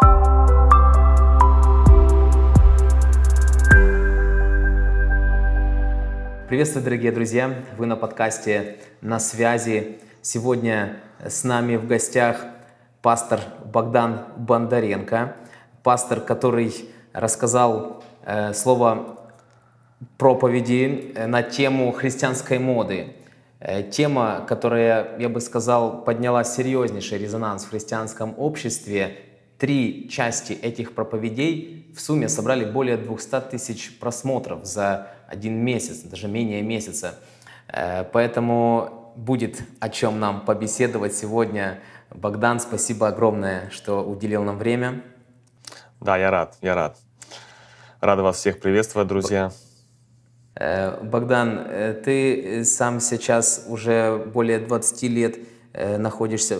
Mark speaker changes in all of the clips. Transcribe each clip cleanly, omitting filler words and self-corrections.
Speaker 1: Приветствую, дорогие друзья! Вы на подкасте «На связи». Сегодня с нами в гостях пастор Богдан Бондаренко, пастор, который рассказал слово проповеди на тему христианской моды. Тема, которая, я бы сказал, подняла серьезнейший резонанс в христианском обществе. 3 части этих проповедей в сумме собрали более 200 тысяч просмотров за 1 месяц, даже менее месяца. Поэтому будет о чем нам побеседовать сегодня. Богдан, спасибо огромное, что уделил нам время.
Speaker 2: Да, я рад. Рад вас всех приветствовать, друзья.
Speaker 1: Богдан, ты сам сейчас уже более 20 лет находишься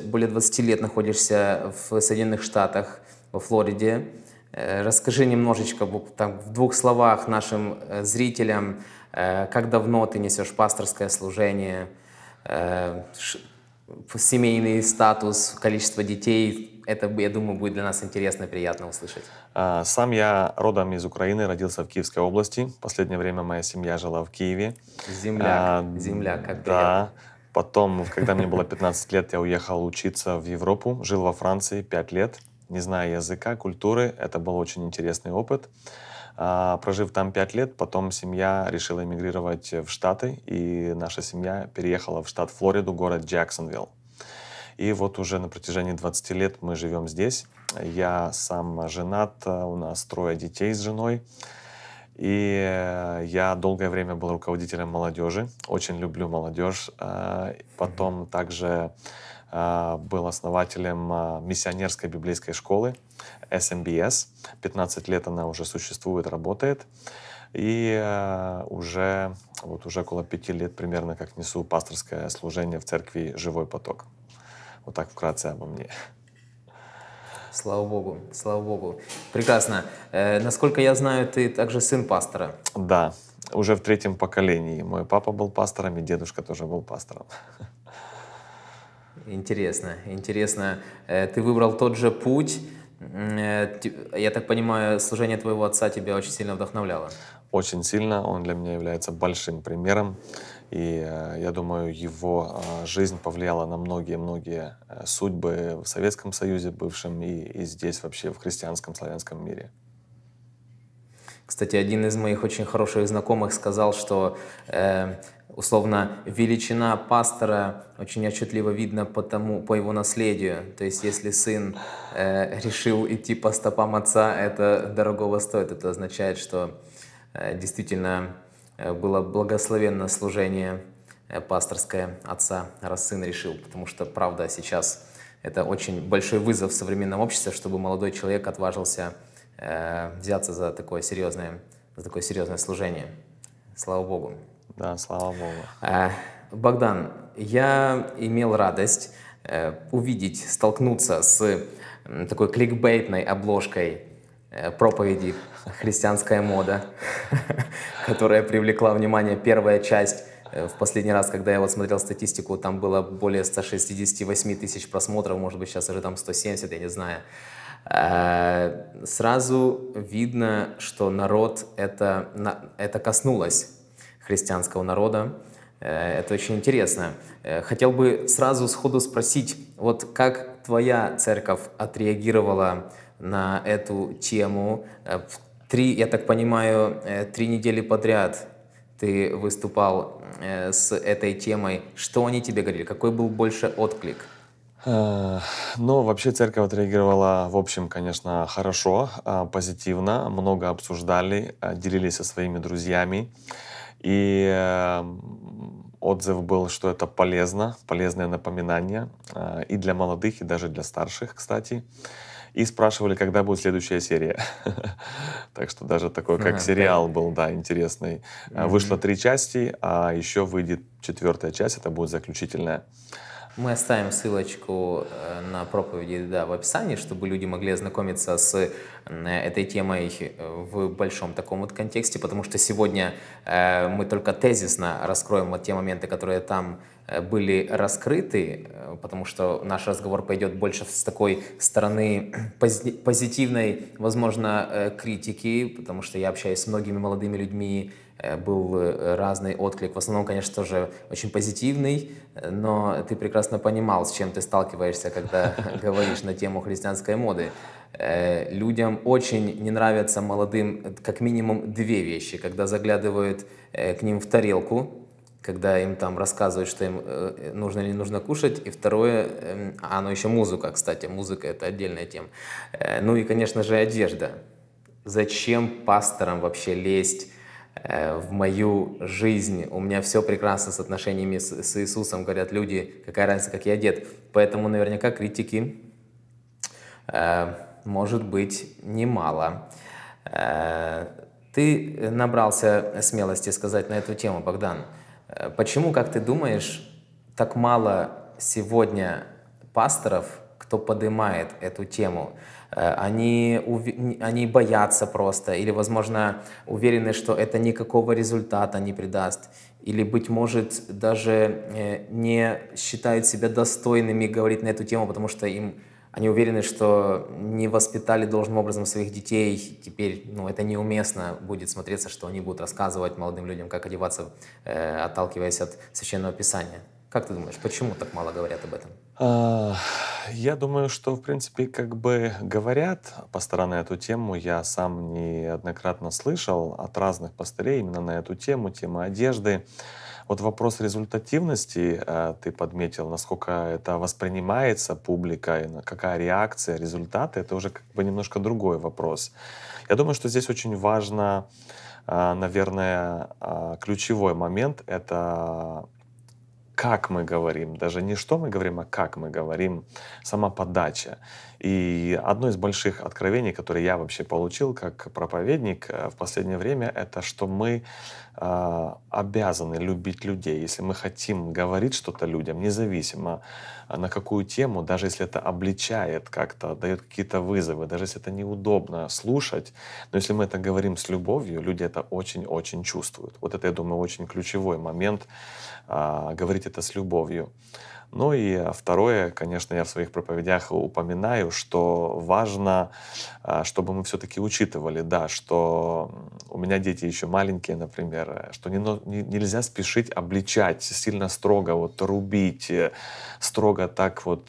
Speaker 1: в Соединенных Штатах, во Флориде. Расскажи немножечко, там, в 2 словах нашим зрителям, как давно ты несешь пасторское служение, семейный статус, количество детей. Это, я думаю, будет для нас интересно и приятно услышать.
Speaker 2: Сам я родом из Украины, родился в Киевской области. В последнее время моя семья жила в Киеве.
Speaker 1: Земляк, как
Speaker 2: да.
Speaker 1: приятно.
Speaker 2: Потом, когда мне было 15 лет, я уехал учиться в Европу, жил во Франции 5 лет, не зная языка, культуры. Это был очень интересный опыт. Прожив там 5 лет, потом семья решила эмигрировать в Штаты, и наша семья переехала в штат Флориду, город Джексонвилл. И вот уже на протяжении 20 лет мы живем здесь. Я сам женат, у нас 3 детей с женой. И я долгое время был руководителем молодежи, очень люблю молодежь. Потом также был основателем миссионерской библейской школы SMBS. 15 лет она уже существует, работает. И уже около 5 лет примерно как несу пасторское служение в церкви «Живой поток». Вот так вкратце обо мне.
Speaker 1: Слава Богу, слава Богу. Прекрасно. Насколько я знаю, ты также сын пастора.
Speaker 2: Да, уже в 3-м поколении. Мой папа был пастором, и дедушка тоже был пастором.
Speaker 1: Интересно. Ты выбрал тот же путь. Я так понимаю, служение твоего отца тебя очень сильно вдохновляло.
Speaker 2: Очень сильно. Он для меня является большим примером. И я думаю, его жизнь повлияла на многие судьбы в Советском Союзе бывшем и здесь вообще в христианском славянском мире.
Speaker 1: Кстати, один из моих очень хороших знакомых сказал, что условно величина пастора очень отчетливо видно по его наследию. То есть если сын решил идти по стопам отца, это дорогого стоит. Это означает, что действительно было благословенно служение пасторское отца, раз сын решил. Потому что, правда, сейчас это очень большой вызов в современном обществе, чтобы молодой человек отважился взяться за такое серьезное служение. Слава Богу.
Speaker 2: Да, слава Богу.
Speaker 1: Богдан, я имел радость столкнуться с такой кликбейтной обложкой проповеди «Христианская мода», которая привлекла внимание. Первая часть, в последний раз, когда я смотрел статистику, там было более 168 тысяч просмотров, может быть, сейчас уже там 170, я не знаю. Сразу видно, что народ это коснулось христианского народа. Это очень интересно. Хотел бы сразу сходу спросить, вот как твоя церковь отреагировала на эту тему? Я так понимаю, 3 недели подряд ты выступал с этой темой. Что они тебе говорили? Какой был больше отклик?
Speaker 2: Ну, вообще церковь отреагировала, в общем, конечно, хорошо, позитивно. Много обсуждали, делились со своими друзьями. И отзыв был, что это полезное напоминание и для молодых, и даже для старших, кстати. И спрашивали, когда будет следующая серия. Так что даже такой, как сериал был, да, интересный. Вышло 3 части, а еще выйдет 4-я часть, это будет заключительная.
Speaker 1: Мы оставим ссылочку на проповеди в описании, чтобы люди могли ознакомиться с этой темой в большом таком вот контексте, потому что сегодня мы только тезисно раскроем вот те моменты, которые там были раскрыты, потому что наш разговор пойдет больше с такой стороны позитивной, возможно, критики, потому что я общаюсь с многими молодыми людьми, был разный отклик. В основном, конечно, тоже очень позитивный, но ты прекрасно понимал, с чем ты сталкиваешься, когда говоришь на тему христианской моды. Людям очень не нравятся молодым как минимум две вещи. Когда заглядывают к ним в тарелку, когда им там рассказывают, что им нужно или не нужно кушать. И второе, ну еще музыка, кстати, музыка — это отдельная тема. Ну и, конечно же, одежда. Зачем пасторам вообще лезть в мою жизнь? У меня все прекрасно с отношениями с Иисусом, говорят люди, какая разница, как я одет. Поэтому наверняка критики может быть немало. Ты набрался смелости сказать на эту тему, Богдан. Почему, как ты думаешь, так мало сегодня пасторов, кто поднимает эту тему? Они боятся просто, или, возможно, уверены, что это никакого результата не придаст, или, быть может, даже не считают себя достойными говорить на эту тему, потому что они уверены, что не воспитали должным образом своих детей. Теперь это неуместно будет смотреться, что они будут рассказывать молодым людям, как одеваться, отталкиваясь от Священного Писания. Как ты думаешь, почему так мало говорят об этом?
Speaker 2: Я думаю, что, в принципе, как бы говорят пастора на эту тему. Я сам неоднократно слышал от разных пастырей именно на эту тему, тему одежды. Вот вопрос результативности, ты подметил, насколько это воспринимается публикой, какая реакция, результаты, это уже как бы немножко другой вопрос. Я думаю, что здесь очень важно, наверное, ключевой момент — это как мы говорим, даже не что мы говорим, а как мы говорим, сама подача. И одно из больших откровений, которые я вообще получил как проповедник в последнее время, это что мы обязаны любить людей. Если мы хотим говорить что-то людям, независимо на какую тему, даже если это обличает как-то, дает какие-то вызовы, даже если это неудобно слушать, но если мы это говорим с любовью, люди это очень-очень чувствуют. Вот это, я думаю, очень ключевой момент, говорить это с любовью. Ну и второе, конечно, я в своих проповедях упоминаю, что важно, чтобы мы все-таки учитывали, да, что у меня дети еще маленькие, например, что нельзя спешить обличать, сильно строго вот рубить, строго так вот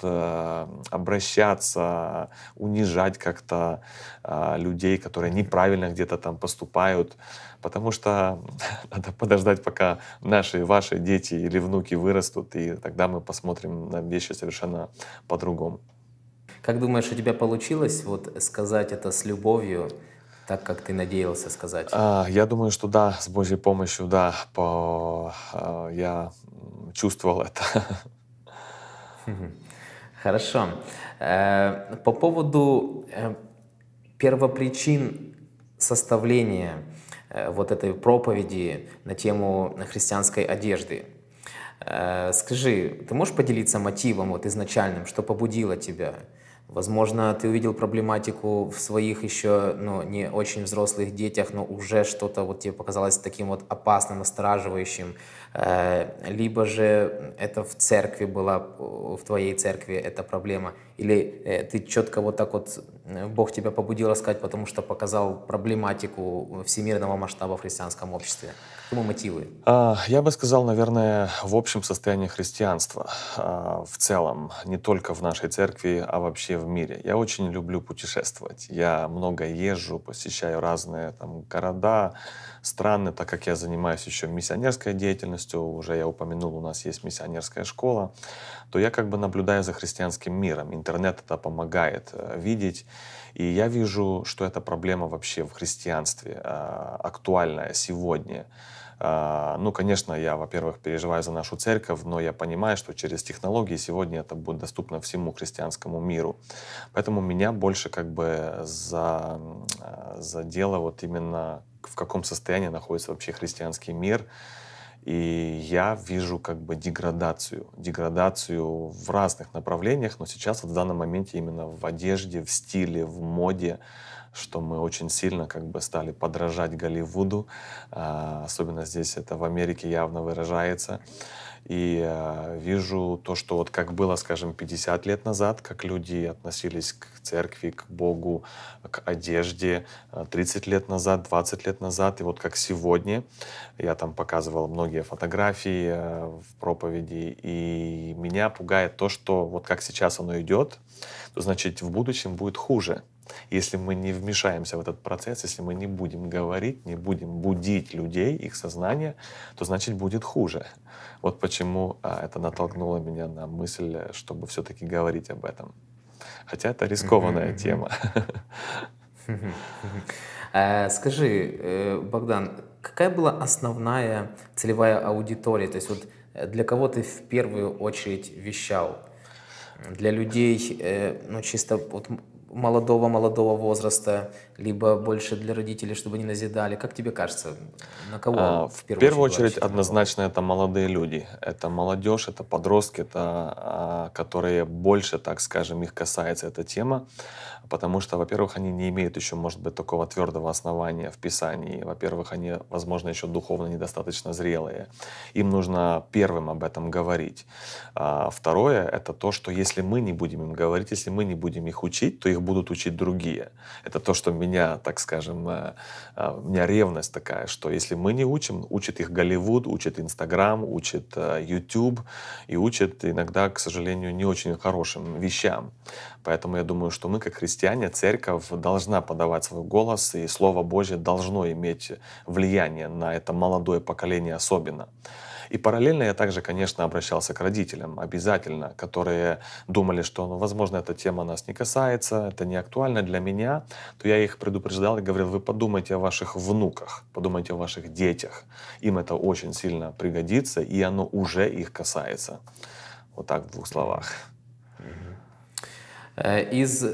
Speaker 2: обращаться, унижать как-то людей, которые неправильно где-то там поступают. Потому что надо подождать, пока наши, ваши дети или внуки вырастут, и тогда мы посмотрим на вещи совершенно по-другому.
Speaker 1: Как думаешь, у тебя получилось сказать это с любовью, так как ты надеялся сказать?
Speaker 2: Я думаю, что да, с Божьей помощью, да, я чувствовал это.
Speaker 1: Хорошо. По поводу первопричин составления этой проповеди на тему христианской одежды. Скажи, ты можешь поделиться мотивом изначальным, что побудило тебя? Возможно, ты увидел проблематику в своих еще не очень взрослых детях, но уже что-то тебе показалось таким опасным, настораживающим. Либо же это в церкви была, в твоей церкви эта проблема. Или ты четко Бог тебя побудил рассказать, потому что показал проблематику всемирного масштаба в христианском обществе. Какому мотивы?
Speaker 2: Я бы сказал, наверное, в общем состоянии христианства в целом, не только в нашей церкви, а вообще в мире. Я очень люблю путешествовать. Я много езжу, посещаю разные города, страны, так как я занимаюсь еще миссионерской деятельностью, уже я упомянул, у нас есть миссионерская школа, то я наблюдаю за христианским миром. Интернет это помогает видеть. И я вижу, что эта проблема вообще в христианстве актуальная сегодня. Конечно, я, во-первых, переживаю за нашу церковь, но я понимаю, что через технологии сегодня это будет доступно всему христианскому миру. Поэтому меня больше задело именно в каком состоянии находится вообще христианский мир. И я вижу деградацию в разных направлениях, но сейчас в данном моменте именно в одежде, в стиле, в моде, что мы очень сильно как бы стали подражать Голливуду. Особенно здесь это в Америке явно выражается. И вижу то, что вот как было, скажем, 50 лет назад, как люди относились к церкви, к Богу, к одежде, 30 лет назад, 20 лет назад, и вот как сегодня. Я там показывал многие фотографии в проповеди, и меня пугает то, что вот как сейчас оно идет, то значит в будущем будет хуже. Если мы не вмешаемся в этот процесс, если мы не будем говорить, не будем будить людей, их сознание, то значит будет хуже. Вот почему это натолкнуло меня на мысль, чтобы все-таки говорить об этом. Хотя это рискованная тема.
Speaker 1: Скажи, Богдан, какая была основная целевая аудитория? То есть вот для кого ты в первую очередь вещал? Для людей, ну, чисто вот молодого возраста, либо больше для родителей, чтобы они назидали? Как тебе кажется, на кого в
Speaker 2: В
Speaker 1: первую
Speaker 2: первую
Speaker 1: очередь была
Speaker 2: очередь,
Speaker 1: рассчитана ролик?
Speaker 2: однозначно, это молодые люди. Это молодежь, это подростки, это которые больше, так скажем, их касается эта тема. Потому что, во-первых, они не имеют еще, может быть, такого твердого основания в Писании. Во-первых, они, возможно, еще духовно недостаточно зрелые. Им нужно первым об этом говорить. Второе — это то, что если мы не будем им говорить, если мы не будем их учить, то их будут учить другие. Это то, что меня, так скажем, у меня ревность такая, что если мы не учим, учит их Голливуд, учит Инстаграм, учит YouTube и учит иногда, к сожалению, не очень хорошим вещам. Поэтому я думаю, что мы, как христиане, церковь должна подавать свой голос, и Слово Божье должно иметь влияние на это молодое поколение особенно. И параллельно я также, конечно, обращался к родителям, обязательно, которые думали, что, ну, возможно, эта тема нас не касается, это не актуально для меня, то я их предупреждал и говорил: вы подумайте о ваших внуках, подумайте о ваших детях. Им это очень сильно пригодится, и оно уже их касается. Вот так в двух словах.
Speaker 1: Из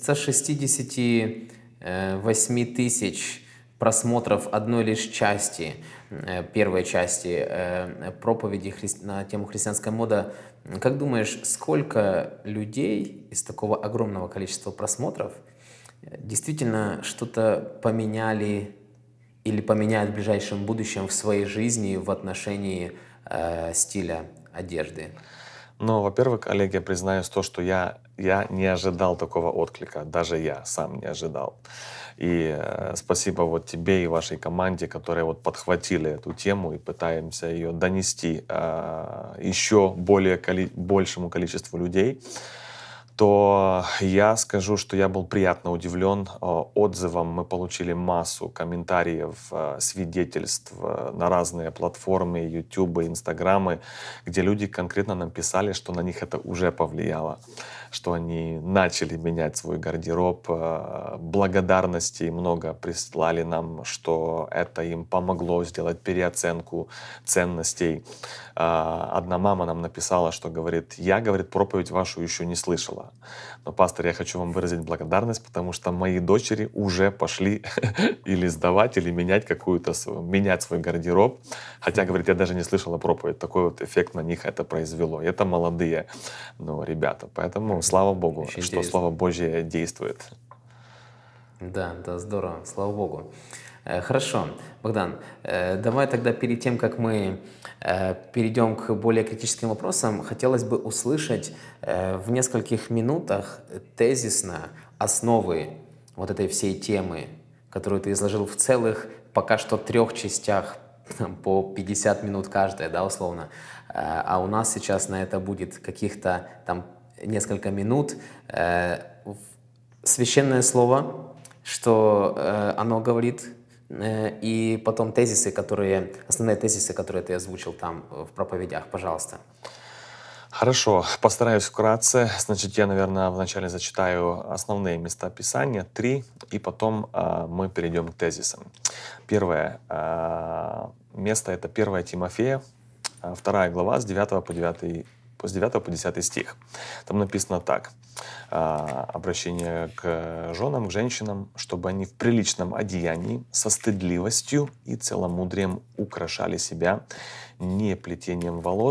Speaker 1: 168 тысяч просмотров одной лишь части, первой части проповеди на тему «Христианская мода», как думаешь, сколько людей из такого огромного количества просмотров действительно что-то поменяли или поменяют в ближайшем будущем в своей жизни в отношении стиля одежды?
Speaker 2: Но, во-первых, Олег, я признаюсь то, что я не ожидал такого отклика, даже я сам не ожидал. И спасибо вот тебе и вашей команде, которые вот подхватили эту тему и пытаемся ее донести еще большему количеству людей. То я скажу, что я был приятно удивлен отзывом. Мы получили массу комментариев, свидетельств на разные платформы, YouTube, Инстаграмы, где люди конкретно нам писали, что на них это уже повлияло, что они начали менять свой гардероб. Благодарностей много прислали нам, что это им помогло сделать переоценку ценностей. Одна мама нам написала, что говорит: я, говорит, проповедь вашу еще не слышала. Но, пастор, я хочу вам выразить благодарность, потому что мои дочери уже пошли или сдавать, или менять менять свой гардероб. Хотя, говорит, я даже не слышала проповедь. Такой вот эффект на них это произвело. И это молодые, ну, ребята. Поэтому слава Богу,
Speaker 1: Очень
Speaker 2: что
Speaker 1: интересно.
Speaker 2: Слово Божье действует.
Speaker 1: Да, да, здорово, слава Богу. Хорошо, Богдан, давай тогда перед тем, как мы перейдем к более критическим вопросам, хотелось бы услышать в нескольких минутах тезисно основы вот этой всей темы, которую ты изложил в целых пока что 3 частях, там, по 50 минут каждая, да, условно. А у нас сейчас на это будет каких-то там несколько минут. Священное слово, что оно говорит, и потом основные тезисы, которые ты озвучил там в проповедях, пожалуйста.
Speaker 2: Хорошо, постараюсь вкратце. Значит, я, наверное, вначале зачитаю основные места Писания, 3, и потом мы перейдем к тезисам. Первое место — это 1 Тимофея, 2 глава, с 9 по 10 стих. Там написано так. Обращение к женам, к женщинам, чтобы они в приличном одеянии, со стыдливостью и целомудрием украшали себя не плетением волос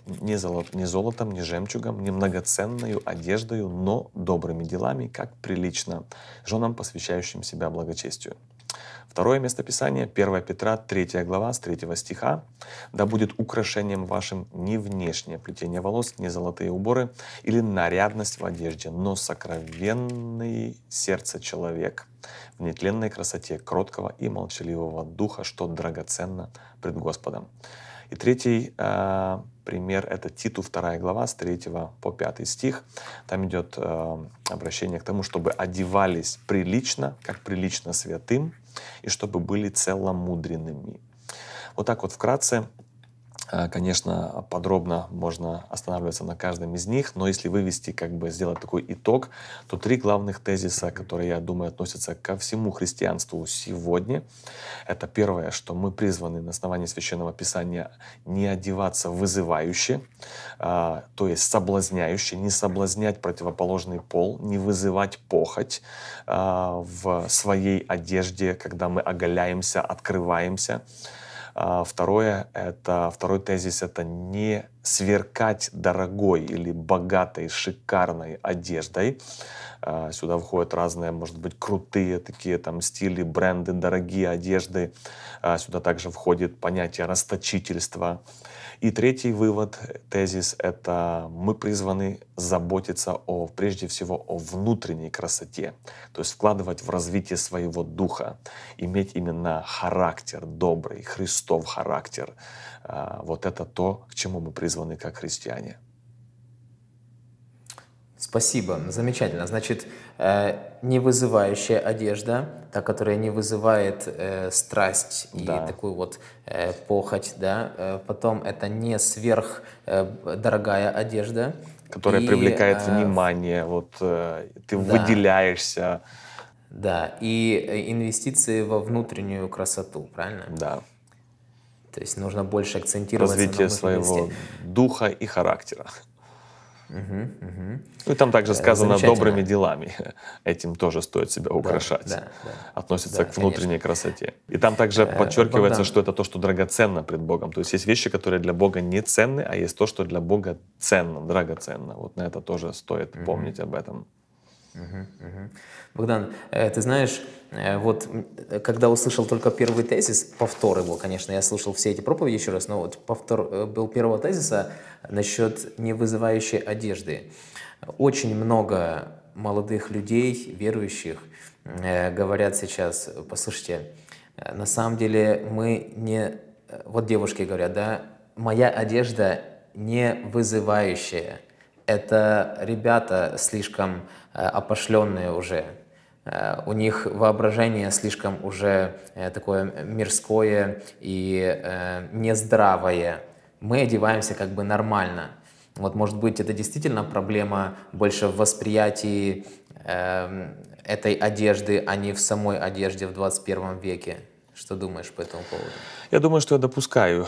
Speaker 2: не золотом, не жемчугом, не многоценною одеждою, но добрыми делами, как прилично женам, посвящающим себя благочестию. Второе местописание, 1 Петра, 3 глава, с 3 стиха. «Да будет украшением вашим не внешнее плетение волос, не золотые уборы или нарядность в одежде, но сокровенный сердце человек в нетленной красоте кроткого и молчаливого духа, что драгоценно пред Господом». И третий пример — это Титу, 2 глава, с 3 по 5 стих. Там идет обращение к тому, чтобы одевались прилично, как прилично святым, и чтобы были целомудренными. Вот так вот вкратце. Конечно, подробно можно останавливаться на каждом из них, но если вывести, сделать такой итог, то 3 главных тезиса, которые, я думаю, относятся ко всему христианству сегодня. Это первое, что мы призваны на основании Священного Писания не одеваться вызывающе, то есть соблазняюще, не соблазнять противоположный пол, не вызывать похоть в своей одежде, когда мы оголяемся, открываемся. Второй тезис — это не сверкать дорогой или богатой, шикарной одеждой. Сюда входят разные, может быть, крутые такие стили, бренды, дорогие одежды. Сюда также входит понятие расточительства. И третий вывод, тезис — это мы призваны заботиться прежде всего о внутренней красоте, то есть вкладывать в развитие своего духа, иметь именно характер добрый, Христов характер. Вот это то, к чему мы призваны как христиане.
Speaker 1: Спасибо, замечательно. Значит, не вызывающая одежда, та, которая не вызывает страсть и такую вот похоть, да. Потом это не сверхдорогая одежда,
Speaker 2: которая привлекает внимание, ты выделяешься.
Speaker 1: Да, и инвестиции во внутреннюю красоту, правильно?
Speaker 2: Да.
Speaker 1: То есть нужно больше акцентироваться на
Speaker 2: развитие своего духа и характера. Ну и там также сказано добрыми делами. Этим тоже стоит себя украшать. Относится к внутренней красоте. И там также подчеркивается, что это то, что драгоценно пред Богом. То есть есть вещи, которые для Бога не ценны, а есть то, что для Бога ценно, драгоценно. Вот на это тоже стоит помнить об этом.
Speaker 1: Богдан, ты знаешь, вот когда услышал только первый тезис, повтор его, конечно, я слушал все эти проповеди еще раз, но вот повтор был первого тезиса насчет невызывающей одежды. Очень много молодых людей, верующих, говорят сейчас: послушайте, на самом деле мы не... Вот девушки говорят, да, моя одежда не вызывающая. Это ребята слишком опошленные уже. У них воображение слишком уже такое мирское и нездравое. Мы одеваемся нормально. Вот, может быть, это действительно проблема больше в восприятии этой одежды, а не в самой одежде в 21 веке. Что думаешь по этому поводу?
Speaker 2: Я думаю, что я допускаю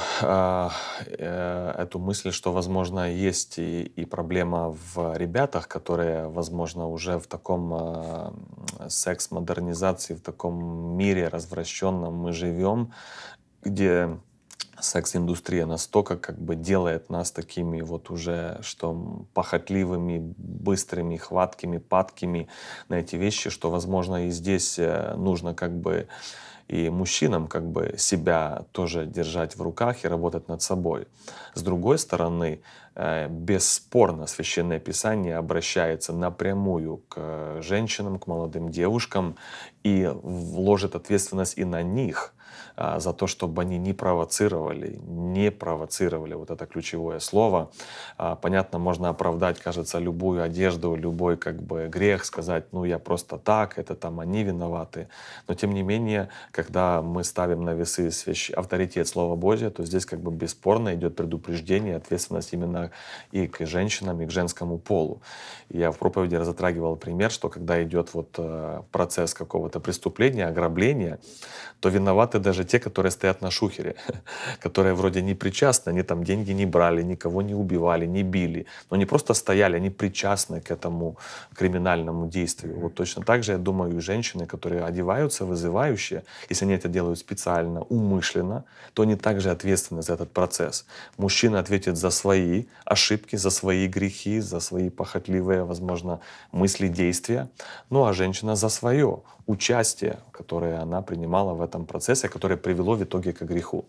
Speaker 2: эту мысль, что, возможно, есть и проблема в ребятах, которые, возможно, уже в таком секс-модернизации, в таком мире развращенном мы живем, где секс-индустрия настолько делает нас такими уже, что похотливыми, быстрыми, хваткими, падкими на эти вещи, что, возможно, и здесь нужно и мужчинам себя тоже держать в руках и работать над собой. С другой стороны, бесспорно Священное Писание обращается напрямую к женщинам, к молодым девушкам и вложит ответственность и на них за то, чтобы они не провоцировали, вот это ключевое слово. Понятно, можно оправдать, кажется, любую одежду, любой грех, сказать, я просто так, это они виноваты. Но тем не менее, когда мы ставим на весы авторитет Слова Божия, то здесь бесспорно идет предупреждение, ответственность именно и к женщинам, и к женскому полу. Я в проповеди затрагивал пример, что когда идет процесс какого-то преступления, ограбления, то виноваты виноваты даже те, которые стоят на шухере, которые вроде не причастны, они там деньги не брали, никого не убивали, не били, но они просто стояли, они причастны к этому криминальному действию. Вот точно так же, я думаю, и женщины, которые одеваются вызывающе, если они это делают специально, умышленно, то они также ответственны за этот процесс. Мужчина ответит за свои ошибки, за свои грехи, за свои похотливые, возможно, мысли, действия, ну а женщина за свое участие, которое она принимала в этом процессе, которое привело в итоге к греху.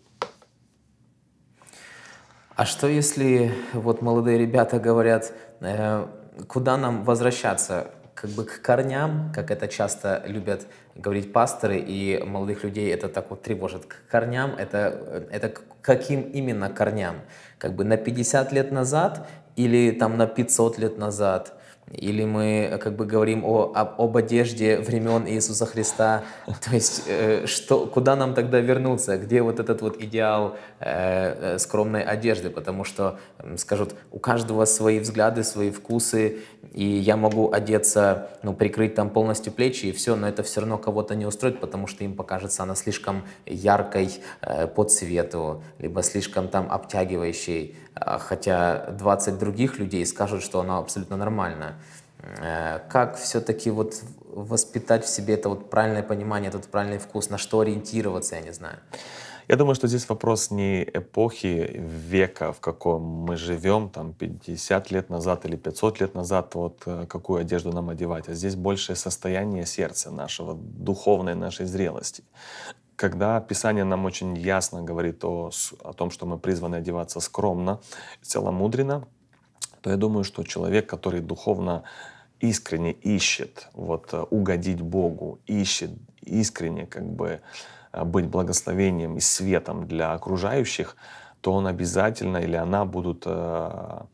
Speaker 1: А что если вот молодые ребята говорят, куда нам возвращаться? Как бы к корням, как это часто любят говорить пасторы, и молодых людей это так вот тревожит. К корням, это к каким именно корням? Как бы на 50 лет назад или там на 500 лет назад? Или мы как бы говорим об одежде времен Иисуса Христа? То есть куда нам тогда вернуться? Где вот этот вот идеал скромной одежды? Потому что, скажут, у каждого свои взгляды, свои вкусы, и я могу одеться, ну, прикрыть там полностью плечи и все, но это все равно кого-то не устроит, потому что им покажется она слишком яркой по цвету, либо слишком там обтягивающей, хотя 20 других людей скажут, что она абсолютно нормальная. Как все-таки вот воспитать в себе это вот правильное понимание, этот правильный вкус, на что ориентироваться, я не знаю.
Speaker 2: Я думаю, что здесь вопрос не эпохи, века, в каком мы живем, там 50 лет назад или 500 лет назад, вот какую одежду нам одевать, а здесь больше состояние сердца нашего, духовной нашей зрелости. Когда Писание нам очень ясно говорит о том, что мы призваны одеваться скромно, целомудренно, то я думаю, что человек, который духовно искренне ищет вот, угодить Богу, ищет искренне как бы быть благословением и светом для окружающих, то он обязательно или она будут это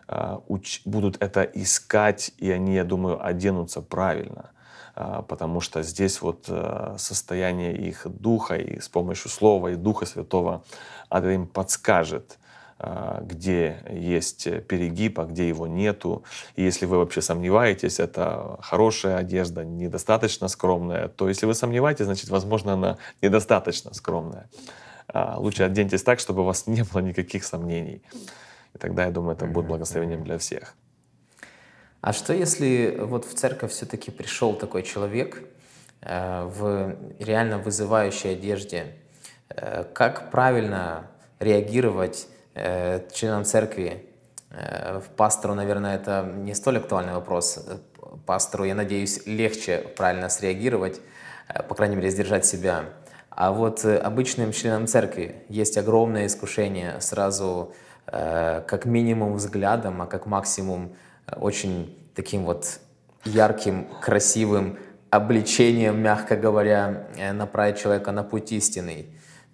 Speaker 2: искать, и они, я думаю, оденутся правильно. Потому что здесь вот состояние их духа, и с помощью Слова и Духа Святого это им подскажет, где есть перегиб, а где его нету. И если вы вообще сомневаетесь, это хорошая одежда, недостаточно скромная, то если вы сомневаетесь, значит, возможно, она недостаточно скромная. Лучше оденьтесь так, чтобы у вас не было никаких сомнений. И тогда, я думаю, это будет благословением для всех.
Speaker 1: А что если вот в церковь все-таки пришел такой человек в реально вызывающей одежде? Как правильно реагировать членам церкви? Пастору, наверное, это не столь актуальный вопрос. Пастору, я надеюсь, легче правильно среагировать, по крайней мере, сдержать себя. А вот обычным членам церкви есть огромное искушение сразу как минимум взглядом, а как максимум очень таким вот ярким, красивым обличением, мягко говоря, направить человека на путь истинный.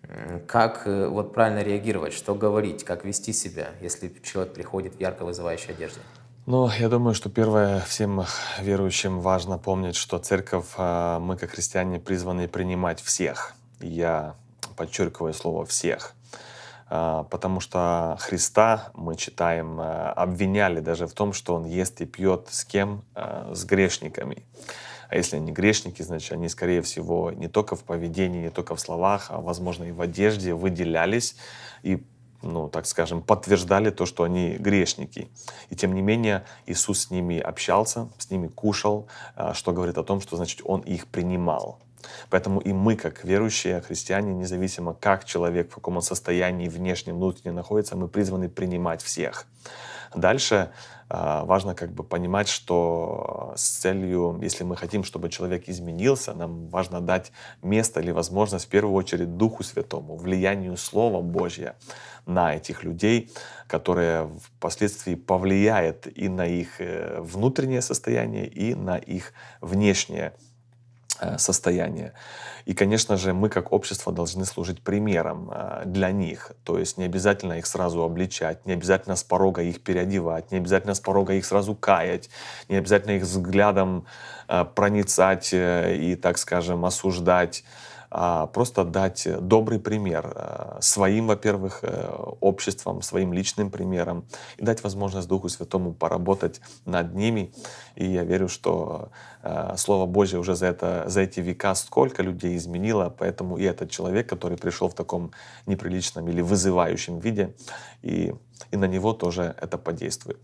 Speaker 1: Как вот правильно реагировать, что говорить, как вести себя, если человек приходит в ярко вызывающей одежде?
Speaker 2: Ну, я думаю, что первое, всем верующим важно помнить, что церковь, мы как христиане призваны принимать всех. Я подчеркиваю слово «всех». Потому что Христа, мы читаем, обвиняли даже в том, что Он ест и пьет с кем? С грешниками. А если они грешники, значит, они, скорее всего, не только в поведении, не только в словах, а, возможно, и в одежде выделялись и, ну, так скажем, подтверждали то, что они грешники. И тем не менее Иисус с ними общался, с ними кушал, что говорит о том, что, значит, Он их принимал. Поэтому и мы, как верующие христиане, независимо как человек, в каком он состоянии внешне, внутренне находится, мы призваны принимать всех. Дальше важно как бы понимать, что с целью, если мы хотим, чтобы человек изменился, нам важно дать место или возможность в первую очередь Духу Святому, влиянию Слова Божьего на этих людей, которое впоследствии повлияет и на их внутреннее состояние, и на их внешнее состояние. И, конечно же, мы как общество должны служить примером для них. То есть не обязательно их сразу обличать, не обязательно с порога их переодевать, не обязательно с порога их сразу каять, не обязательно их взглядом проницать и, так скажем, осуждать. просто дать добрый пример своим, во-первых, обществом, своим личным примером, и дать возможность Духу Святому поработать над ними. И я верю, что Слово Божье уже за эти века сколько людей изменило, поэтому и этот человек, который пришел в таком неприличном или вызывающем виде, и на него тоже это подействует.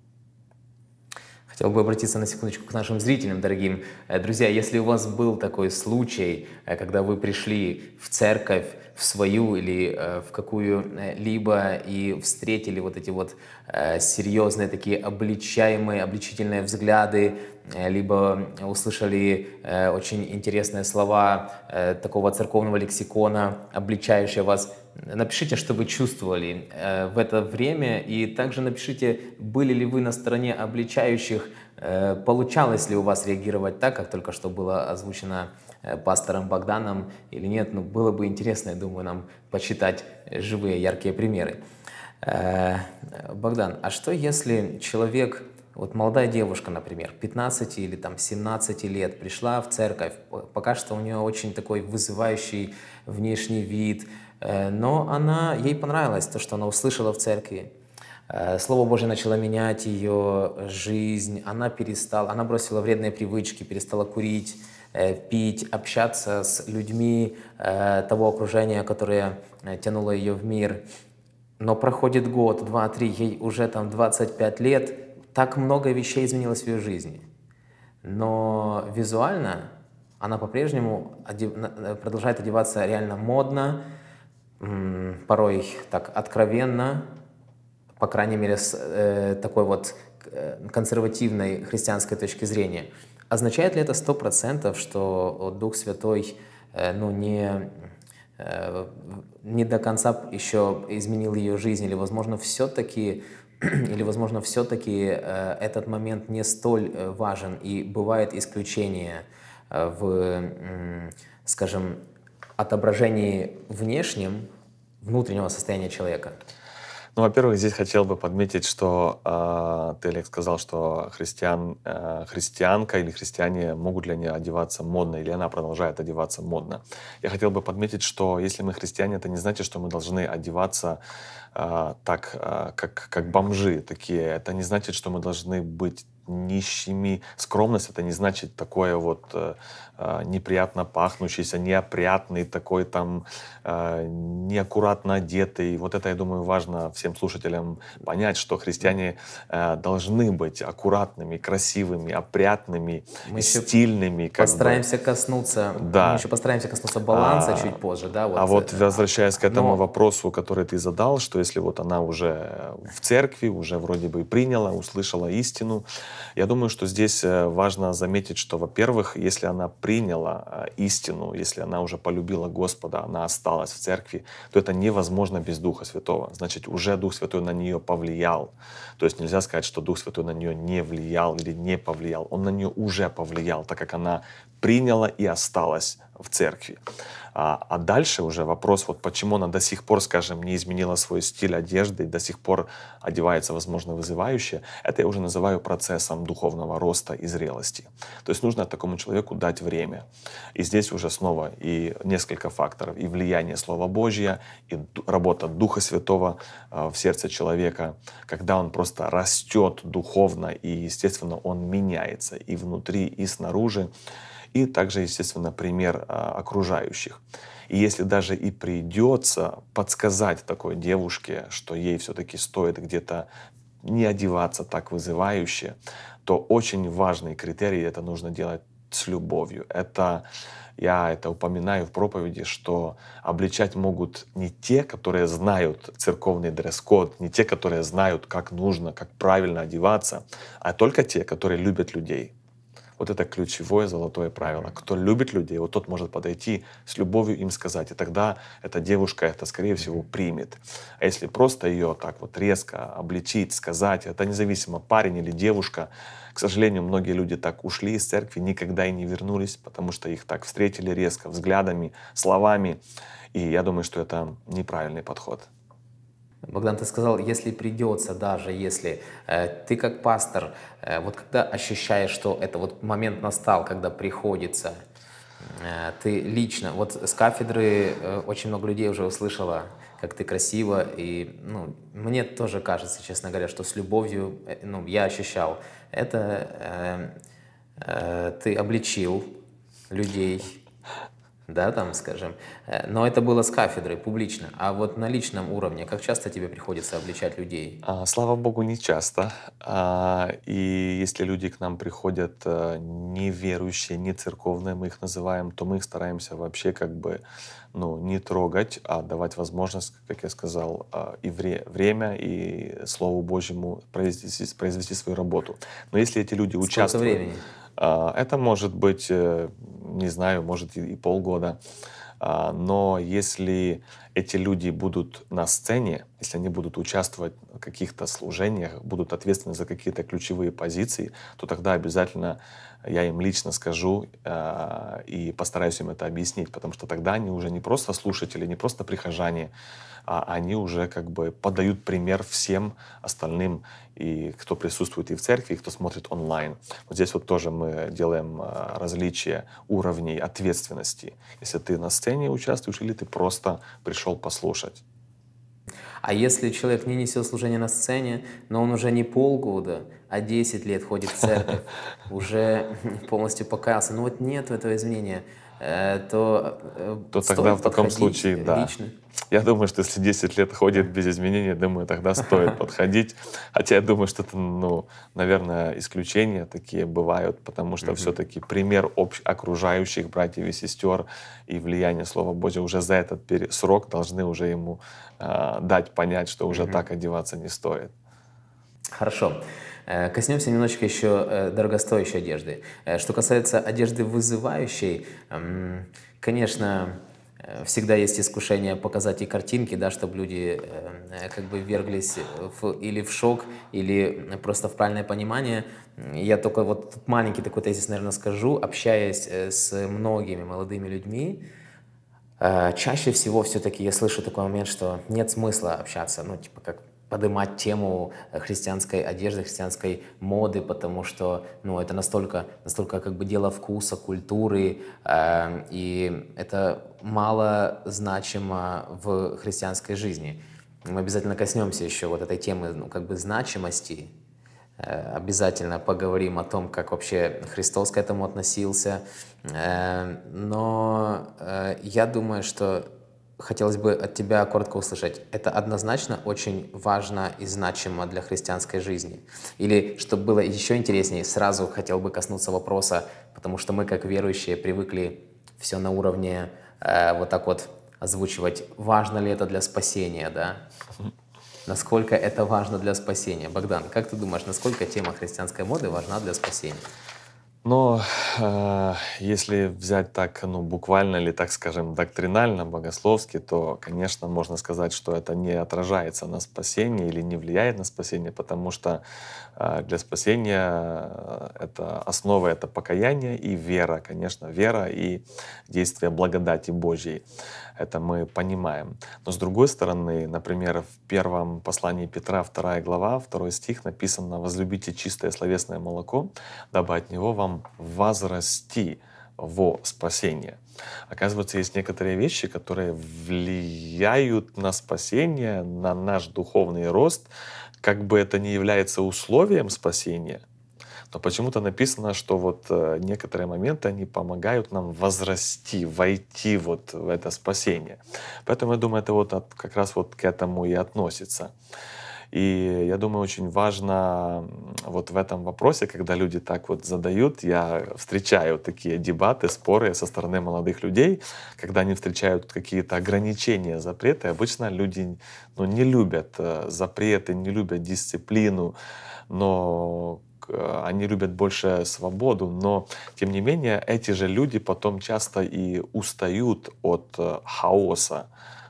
Speaker 1: Хотел бы обратиться на секундочку к нашим зрителям, дорогим. Друзья, если у вас был такой случай, когда вы пришли в церковь, в свою или в какую-либо и встретили вот эти вот серьезные такие обличительные взгляды, либо услышали очень интересные слова такого церковного лексикона, обличающие вас, напишите, что вы чувствовали в это время, и также напишите, были ли вы на стороне обличающих, получалось ли у вас реагировать так, как только что было озвучено пастором Богданом, или нет. Ну, было бы интересно, я думаю, нам почитать живые, яркие примеры. Богдан, а что если человек, вот молодая девушка, например, 15 или там 17 лет, пришла в церковь, пока что у нее очень такой вызывающий внешний вид, но ей понравилось то, что она услышала в церкви. Слово Божье начало менять ее жизнь, она бросила вредные привычки, перестала курить, пить, общаться с людьми того окружения, которое тянуло ее в мир. Но проходит год, два, три, ей уже там 25 лет, так много вещей изменилось в ее жизни. Но визуально она по-прежнему продолжает одеваться реально модно, порой так откровенно, по крайней мере, с такой вот консервативной христианской точки зрения. Означает ли это 100%, что Дух Святой не до конца еще изменил ее жизнь, или, возможно, все-таки этот момент не столь важен, и бывает исключение в, скажем, отображении внутреннего состояния человека?
Speaker 2: Ну, во-первых, здесь хотел бы подметить, что ты, Олег, сказал, что христианка или христиане могут ли они одеваться модно, или она продолжает одеваться модно. Я хотел бы подметить, что если мы христиане, это не значит, что мы должны одеваться как бомжи такие. Это не значит, что мы должны быть нищими. Скромность — это не значит такое вот неприятно пахнущийся, неопрятный, такой там неаккуратно одетый. Вот это, я думаю, важно всем слушателям понять, что христиане должны быть аккуратными, красивыми, опрятными, стильными.
Speaker 1: Мы еще постараемся коснуться баланса чуть позже. Да,
Speaker 2: возвращаясь к этому вопросу, который ты задал, что если вот она уже в церкви, уже вроде бы приняла, услышала истину, я думаю, что здесь важно заметить, что, во-первых, если она приняла истину, если она уже полюбила Господа, она осталась в церкви, то это невозможно без Духа Святого. Значит, уже Дух Святой на нее повлиял. То есть нельзя сказать, что Дух Святой на нее не влиял или не повлиял. Он на нее уже повлиял, так как она приняла и осталась в церкви. А дальше уже вопрос, вот почему она до сих пор, скажем, не изменила свой стиль одежды и до сих пор одевается, возможно, вызывающе, это я уже называю процессом духовного роста и зрелости. То есть нужно такому человеку дать время. И здесь уже снова и несколько факторов. И влияние Слова Божьего, и работа Духа Святого в сердце человека, когда он просто растет духовно, и, естественно, он меняется и внутри, и снаружи. И также, естественно, пример окружающих. И если даже и придется подсказать такой девушке, что ей все-таки стоит где-то не одеваться так вызывающе, то очень важный критерий — это нужно делать с любовью. Я это упоминаю в проповеди, что обличать могут не те, которые знают церковный дресс-код, не те, которые знают, как нужно, как правильно одеваться, а только те, которые любят людей. Вот это ключевое золотое правило. Кто любит людей, вот тот может подойти с любовью им сказать. И тогда эта девушка это, скорее всего, примет. А если просто ее так вот резко обличить, сказать, это независимо, парень или девушка, к сожалению, многие люди так ушли из церкви, никогда и не вернулись, потому что их так встретили резко взглядами, словами. И я думаю, что это неправильный подход.
Speaker 1: Богдан, ты сказал, если придется, даже если ты как пастор, вот когда ощущаешь, что это вот момент настал, когда приходится, ты лично, вот с кафедры очень много людей уже услышало, как ты красиво, и ну, мне тоже кажется, честно говоря, что с любовью, ну, я ощущал это, ты обличил людей, да, там, скажем, но это было с кафедры, публично, а вот на личном уровне, как часто тебе приходится обличать людей?
Speaker 2: Слава богу, не часто. И если люди к нам приходят неверующие, не церковные, мы их называем, то мы их стараемся вообще как бы ну, не трогать, а давать возможность, как я сказал, и время, и Слову Божьему произвести свою работу. Но если эти люди
Speaker 1: Сколько
Speaker 2: участвуют,
Speaker 1: времени?
Speaker 2: это может быть, не знаю, может и полгода. Но если эти люди будут на сцене, если они будут участвовать в каких-то служениях, будут ответственны за какие-то ключевые позиции, то тогда обязательно я им лично скажу и постараюсь им это объяснить, потому что тогда они уже не просто слушатели, не просто прихожане, а они уже как бы подают пример всем остальным, и кто присутствует и в церкви, и кто смотрит онлайн. Вот здесь вот тоже мы делаем различие уровней ответственности. Если ты на сцене участвуешь или ты просто пришел послушать.
Speaker 1: А если человек не несет служение на сцене, но он уже не полгода, а 10 лет ходит в церковь, уже полностью покаялся, ну вот нет этого изменения, то
Speaker 2: То тогда в
Speaker 1: стоит
Speaker 2: таком
Speaker 1: подходить
Speaker 2: случае, да.
Speaker 1: лично.
Speaker 2: Я думаю, что если 10 лет ходит без изменений, думаю, тогда стоит подходить. Хотя я думаю, что это, ну, наверное, исключения такие бывают, потому что все-таки пример окружающих братьев и сестер и влияние Слова Божьего уже за этот срок должны уже ему дать понять, что уже так одеваться не стоит.
Speaker 1: Хорошо. Коснемся немножечко еще дорогостоящей одежды. Что касается одежды вызывающей, конечно, всегда есть искушение показать и картинки, да, чтобы люди как бы вверглись или в шок, или просто в правильное понимание. Я только вот тут маленький такой тезис, наверное, скажу. Общаясь с многими молодыми людьми, чаще всего все-таки я слышу такой момент, что нет смысла общаться, ну, типа, как поднимать тему христианской одежды, христианской моды, потому что, ну, это настолько как бы дело вкуса, культуры, и это мало значимо в христианской жизни. Мы обязательно коснемся еще вот этой темы, ну, как бы значимости. Обязательно поговорим о том, как вообще Христос к этому относился. Но я думаю, что хотелось бы от тебя коротко услышать. Это однозначно очень важно и значимо для христианской жизни. Или, чтобы было еще интереснее, сразу хотел бы коснуться вопроса, потому что мы, как верующие, привыкли все на уровне вот так вот озвучивать, важно ли это для спасения, да? Насколько это важно для спасения? Богдан, как ты думаешь, насколько тема христианской моды важна для спасения?
Speaker 2: Но если взять так, ну, буквально или, так скажем, доктринально, богословски, то, конечно, можно сказать, что это не отражается на спасении или не влияет на спасение, потому что для спасения это основа, это покаяние и вера, конечно, вера и действие благодати Божьей. Это мы понимаем. Но с другой стороны, например, в первом послании Петра, 2 глава, 2 стих написано: «Возлюбите чистое словесное молоко, дабы от него вам возрасти во спасение». Оказывается, есть некоторые вещи, которые влияют на спасение, на наш духовный рост, как бы это не является условием спасения, но почему-то написано, что вот некоторые моменты, они помогают нам возрасти, войти вот в это спасение. Поэтому я думаю, это вот как раз вот к этому и относится. И я думаю, очень важно вот в этом вопросе, когда люди так вот задают, я встречаю такие дебаты, споры со стороны молодых людей, когда они встречают какие-то ограничения, запреты. Обычно люди, ну, не любят запреты, не любят дисциплину, но они любят больше свободу, но тем не менее эти же люди потом часто и устают от хаоса,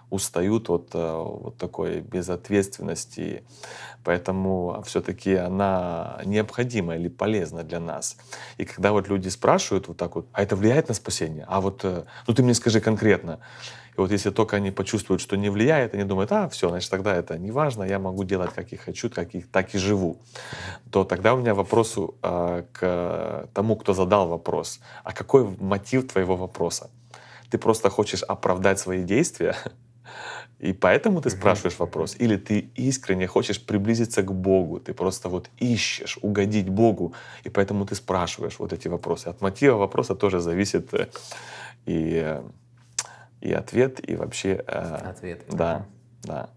Speaker 2: устают от вот такой безответственности. Поэтому все-таки она необходима или полезна для нас. И когда вот люди спрашивают вот так вот, а это влияет на спасение? А вот, ну ты мне скажи конкретно. И вот если только они почувствуют, что не влияет, они думают, а, все, значит, тогда это не важно, я могу делать, как и хочу, так и живу. То тогда у меня вопрос к тому, кто задал вопрос. А какой мотив твоего вопроса? Ты просто хочешь оправдать свои действия, и поэтому ты спрашиваешь вопрос? Или ты искренне хочешь приблизиться к Богу? Ты просто вот ищешь угодить Богу, и поэтому ты спрашиваешь вот эти вопросы. От мотива вопроса тоже зависит и, и ответ, и вообще...
Speaker 1: Ответ.
Speaker 2: Да, да.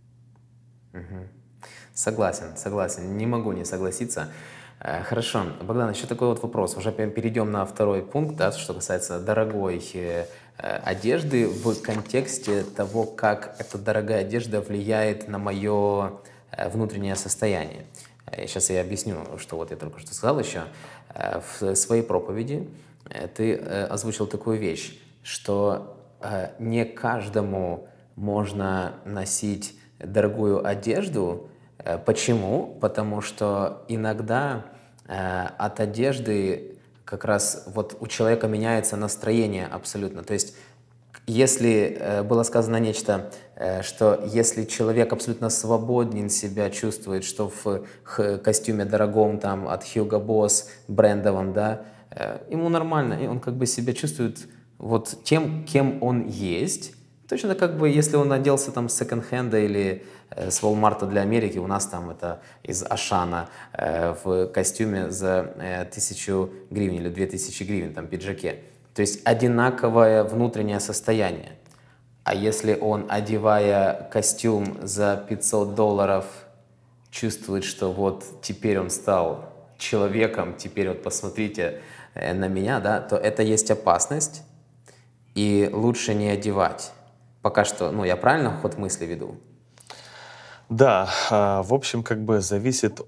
Speaker 1: Согласен, согласен. Не могу не согласиться. Хорошо. Богдан, еще такой вот вопрос. Уже перейдем на второй пункт, да, что касается дорогой одежды в контексте того, как эта дорогая одежда влияет на мое внутреннее состояние. Сейчас я объясню, что вот я только что сказал еще. В своей проповеди ты озвучил такую вещь, что не каждому можно носить дорогую одежду. Почему? Потому что иногда от одежды как раз вот у человека меняется настроение абсолютно. То есть если было сказано нечто, что если человек абсолютно свободен себя чувствует, что в костюме дорогом там от Hugo Boss, брендовом, да, ему нормально, и он как бы себя чувствует вот тем, кем он есть. Точно как бы, если он оделся там с секонд-хенда или с Walmart для Америки, у нас там это из Ашана в костюме за 1000 гривен или 2000 гривен, там пиджаке. То есть одинаковое внутреннее состояние. А если он, одевая костюм за $500, чувствует, что вот теперь он стал человеком, теперь вот посмотрите на меня, да, то это есть опасность, и лучше не одевать. Пока что, ну, я правильно ход мысли веду?
Speaker 2: Да, в общем, как бы зависит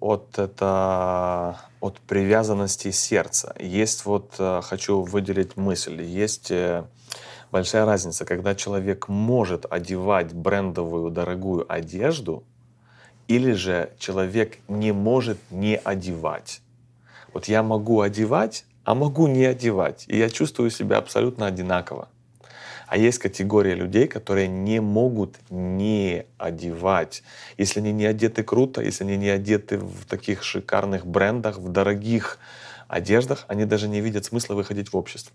Speaker 2: от привязанности сердца. Есть вот, хочу выделить мысль, есть большая разница, когда человек может одевать брендовую дорогую одежду, или же человек не может не одевать. Вот я могу одевать, а могу не одевать, и я чувствую себя абсолютно одинаково. А есть категория людей, которые не могут не одевать. Если они не одеты круто, если они не одеты в таких шикарных брендах, в дорогих одеждах, они даже не видят смысла выходить в общество.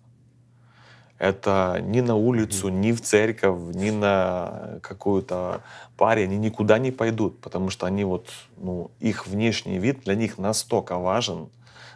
Speaker 2: Это ни на улицу, ни в церковь, ни на какую-то паре, они никуда не пойдут, потому что они вот, ну, их внешний вид для них настолько важен,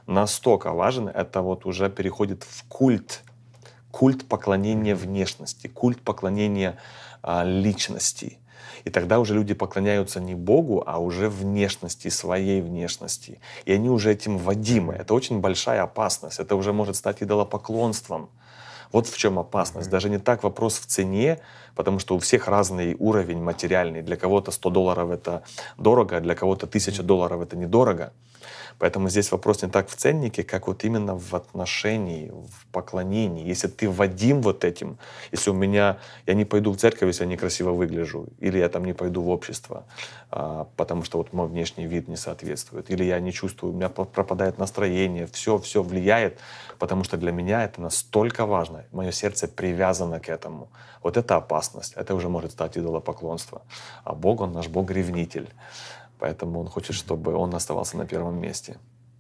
Speaker 2: это вот уже переходит в культ поклонения внешности, культ поклонения личности. И тогда уже люди поклоняются не Богу, а уже внешности, своей внешности. И они уже этим водимы. Это очень большая опасность. Это уже может стать идолопоклонством. Вот в чем опасность. Даже не так вопрос в цене, потому что у всех разный уровень материальный. Для кого-то $100 это дорого, а для кого-то $1000 это недорого. Поэтому здесь вопрос не так в ценнике, как вот именно в отношении, в поклонении. Если ты вадим вот этим, если я не пойду в церковь, если я некрасиво выгляжу, или я там не пойду в общество, потому что вот мой внешний вид не соответствует, или я не чувствую, у меня пропадает настроение, все влияет, потому что для меня это настолько важно, мое сердце привязано к этому. Вот это опасность, это уже может стать идолопоклонство. А Бог, Он наш Бог-ревнитель. Поэтому Он хочет, чтобы Он оставался на первом месте.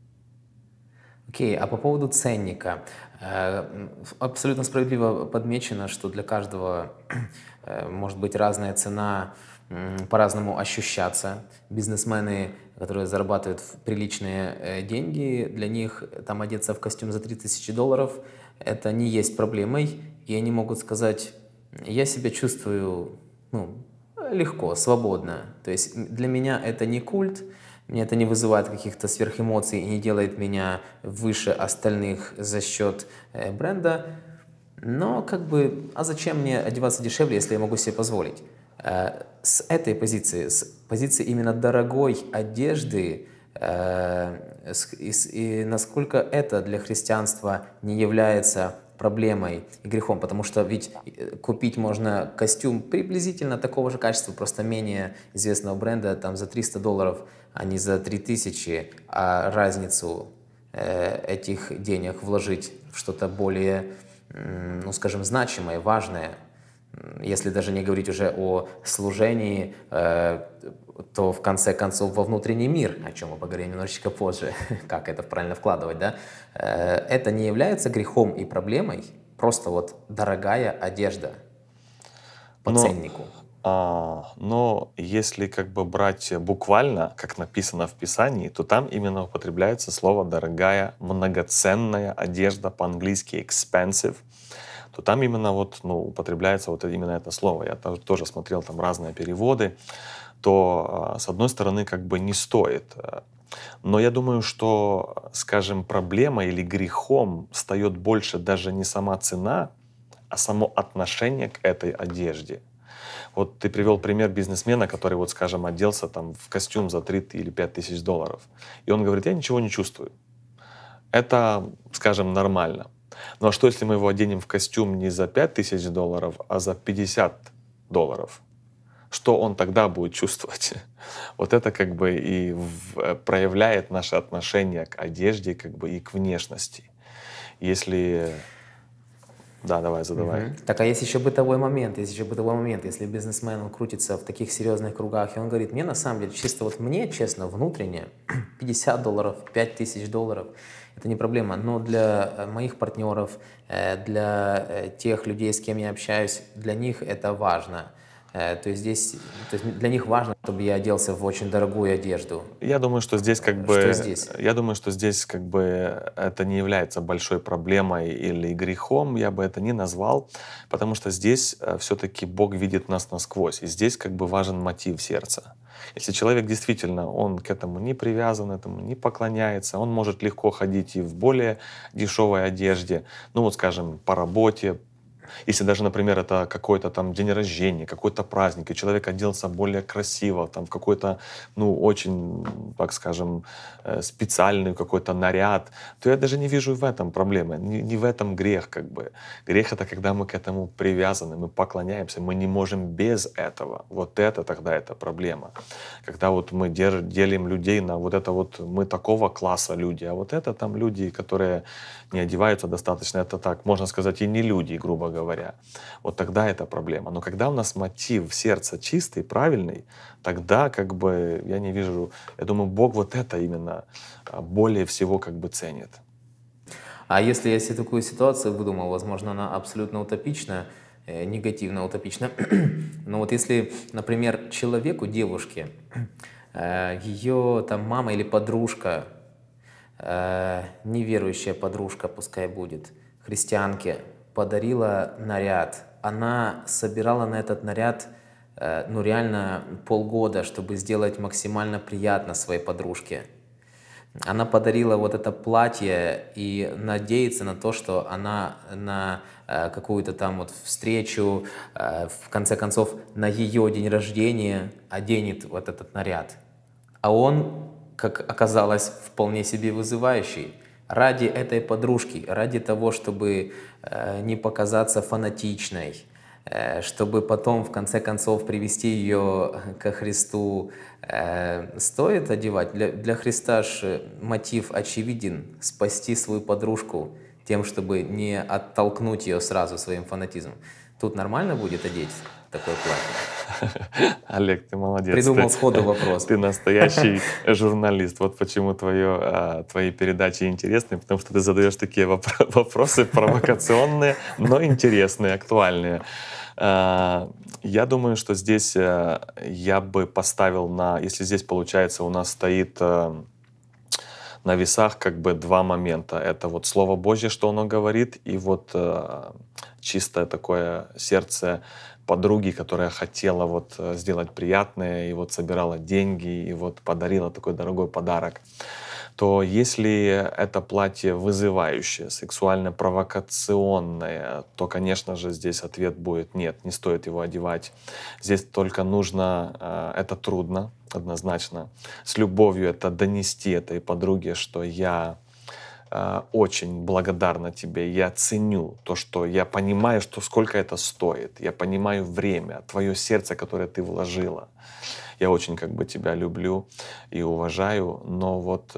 Speaker 1: Окей, а по поводу ценника. Абсолютно справедливо подмечено, что для каждого может быть разная цена, по-разному ощущаться. Бизнесмены, которые зарабатывают приличные деньги, для них там одеться в костюм за $3000 это не есть проблемой, и они могут сказать: я себя чувствую, ну, легко, свободно. То есть для меня это не культ, мне это не вызывает каких-то сверхэмоций и не делает меня выше остальных за счет бренда. Но как бы, а зачем мне одеваться дешевле, если я могу себе позволить? С этой позиции, с позиции именно дорогой одежды, и насколько это для христианства не является проблемой и грехом? Потому что ведь купить можно костюм приблизительно такого же качества, просто менее известного бренда, там за $300, а не за 3000, а разницу этих денег вложить в что-то более, ну, скажем, значимое, важное. Если даже не говорить уже о служении, то в конце концов во внутренний мир, о чем мы поговорим немножечко позже, как это правильно вкладывать, да, это не является грехом и проблемой, просто вот дорогая одежда по
Speaker 2: Но,
Speaker 1: ценнику.
Speaker 2: но если как бы брать буквально, как написано в Писании, то там именно употребляется слово «дорогая», «многоценная одежда», по-английски «expensive», то там именно вот, ну, употребляется вот именно это слово. Я тоже смотрел там разные переводы, то с одной стороны как бы не стоит. Но я думаю, что, скажем, проблема или грехом встает больше даже не сама цена, а само отношение к этой одежде. Вот ты привел пример бизнесмена, который, вот, скажем, оделся там в костюм за 3 или 5 тысяч долларов. И он говорит, я ничего не чувствую. Это, скажем, нормально. Ну а что, если мы его оденем в костюм не за 5 тысяч долларов, а за 50 долларов? Что он тогда будет чувствовать? Вот это как бы и проявляет наше отношение к одежде, как бы и к внешности. Если... Да, давай, задавай.
Speaker 1: Так, а есть еще бытовой момент, если бизнесмен, он крутится в таких серьезных кругах, и он говорит, мне на самом деле, чисто вот мне, честно, внутренне, $50, 5000 долларов, это не проблема, но для моих партнеров, для тех людей, с кем я общаюсь, для них это важно. То есть для них важно, чтобы я оделся в очень дорогую одежду.
Speaker 2: Я думаю, что здесь как бы,
Speaker 1: Что здесь?
Speaker 2: я думаю, что здесь как бы это не является большой проблемой или грехом, я бы это не назвал, потому что здесь все-таки Бог видит нас насквозь, и здесь как бы важен мотив сердца. Если человек действительно, он к этому не привязан, этому не поклоняется, он может легко ходить и в более дешевой одежде, ну вот скажем, по работе. Если даже, например, это какой-то там день рождения, какой-то праздник, и человек оделся более красиво, там в какой-то, ну, очень, так скажем, специальный какой-то наряд, то я даже не вижу в этом проблемы, не в этом грех как бы. Грех — это когда мы к этому привязаны, мы поклоняемся, мы не можем без этого. Вот это тогда это проблема. Когда вот мы делим людей на вот это вот, мы такого класса люди, а вот это там люди, которые не одеваются достаточно, это так, можно сказать, и не люди, грубо говоря. Вот тогда это проблема. Но когда у нас мотив сердца чистый, правильный, тогда как бы я не вижу, я думаю, Бог вот это именно более всего как бы ценит.
Speaker 1: А если я себе такую ситуацию выдумал, возможно, она абсолютно утопична, негативно утопична, но вот если, например, человеку, девушке, ее там мама или подружка, неверующая подружка, пускай будет, христианке, подарила наряд. Она собирала на этот наряд, ну реально полгода, чтобы сделать максимально приятно своей подружке. Она подарила вот это платье и надеется на то, что она на какую-то там вот встречу, в конце концов, на ее день рождения оденет вот этот наряд. А он, как оказалось, вполне себе вызывающий. Ради этой подружки, ради того, чтобы не показаться фанатичной, чтобы потом, в конце концов, привести ее ко Христу, стоит одевать? Для Христа же мотив очевиден — спасти свою подружку тем, чтобы не оттолкнуть ее сразу своим фанатизмом. Тут нормально будет одеть такое платье?
Speaker 2: Олег, ты молодец.
Speaker 1: Придумал сходу вопрос.
Speaker 2: Ты настоящий журналист. Вот почему твои передачи интересны, потому что ты задаешь такие вопросы провокационные, но интересные, актуальные. Я думаю, что здесь я бы поставил если здесь, получается, у нас стоит на весах как бы два момента. Это вот Слово Божье, что оно говорит, и вот чистое такое сердце подруги, которая хотела вот сделать приятное, и вот собирала деньги, и вот подарила такой дорогой подарок. То если это платье вызывающее, сексуально провокационное, то, конечно же, здесь ответ будет нет, не стоит его одевать. Здесь только нужно, это трудно, однозначно, с любовью это донести этой подруге, что я очень благодарна тебе. Я ценю то, что я понимаю, что сколько это стоит. Я понимаю время, твое сердце, которое ты вложила. Я очень как бы тебя люблю и уважаю, но вот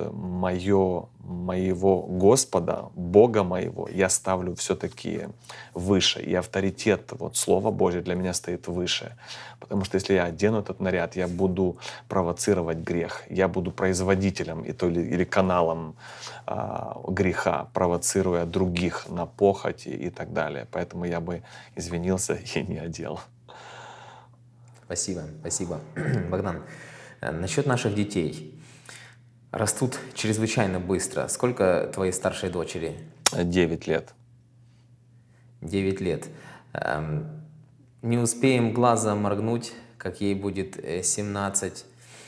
Speaker 2: моего Господа, Бога моего, я ставлю все-таки выше. И авторитет, вот Слово Божье для меня стоит выше. Потому что если я одену этот наряд, я буду провоцировать грех. Я буду производителем или каналом греха, провоцируя других на похоти и так далее. Поэтому я бы извинился и не одел.
Speaker 1: Спасибо, спасибо. Богдан, насчет наших детей. Растут чрезвычайно быстро. Сколько твоей старшей дочери?
Speaker 2: 9 лет.
Speaker 1: 9 лет. Не успеем глазом моргнуть, как ей будет 17.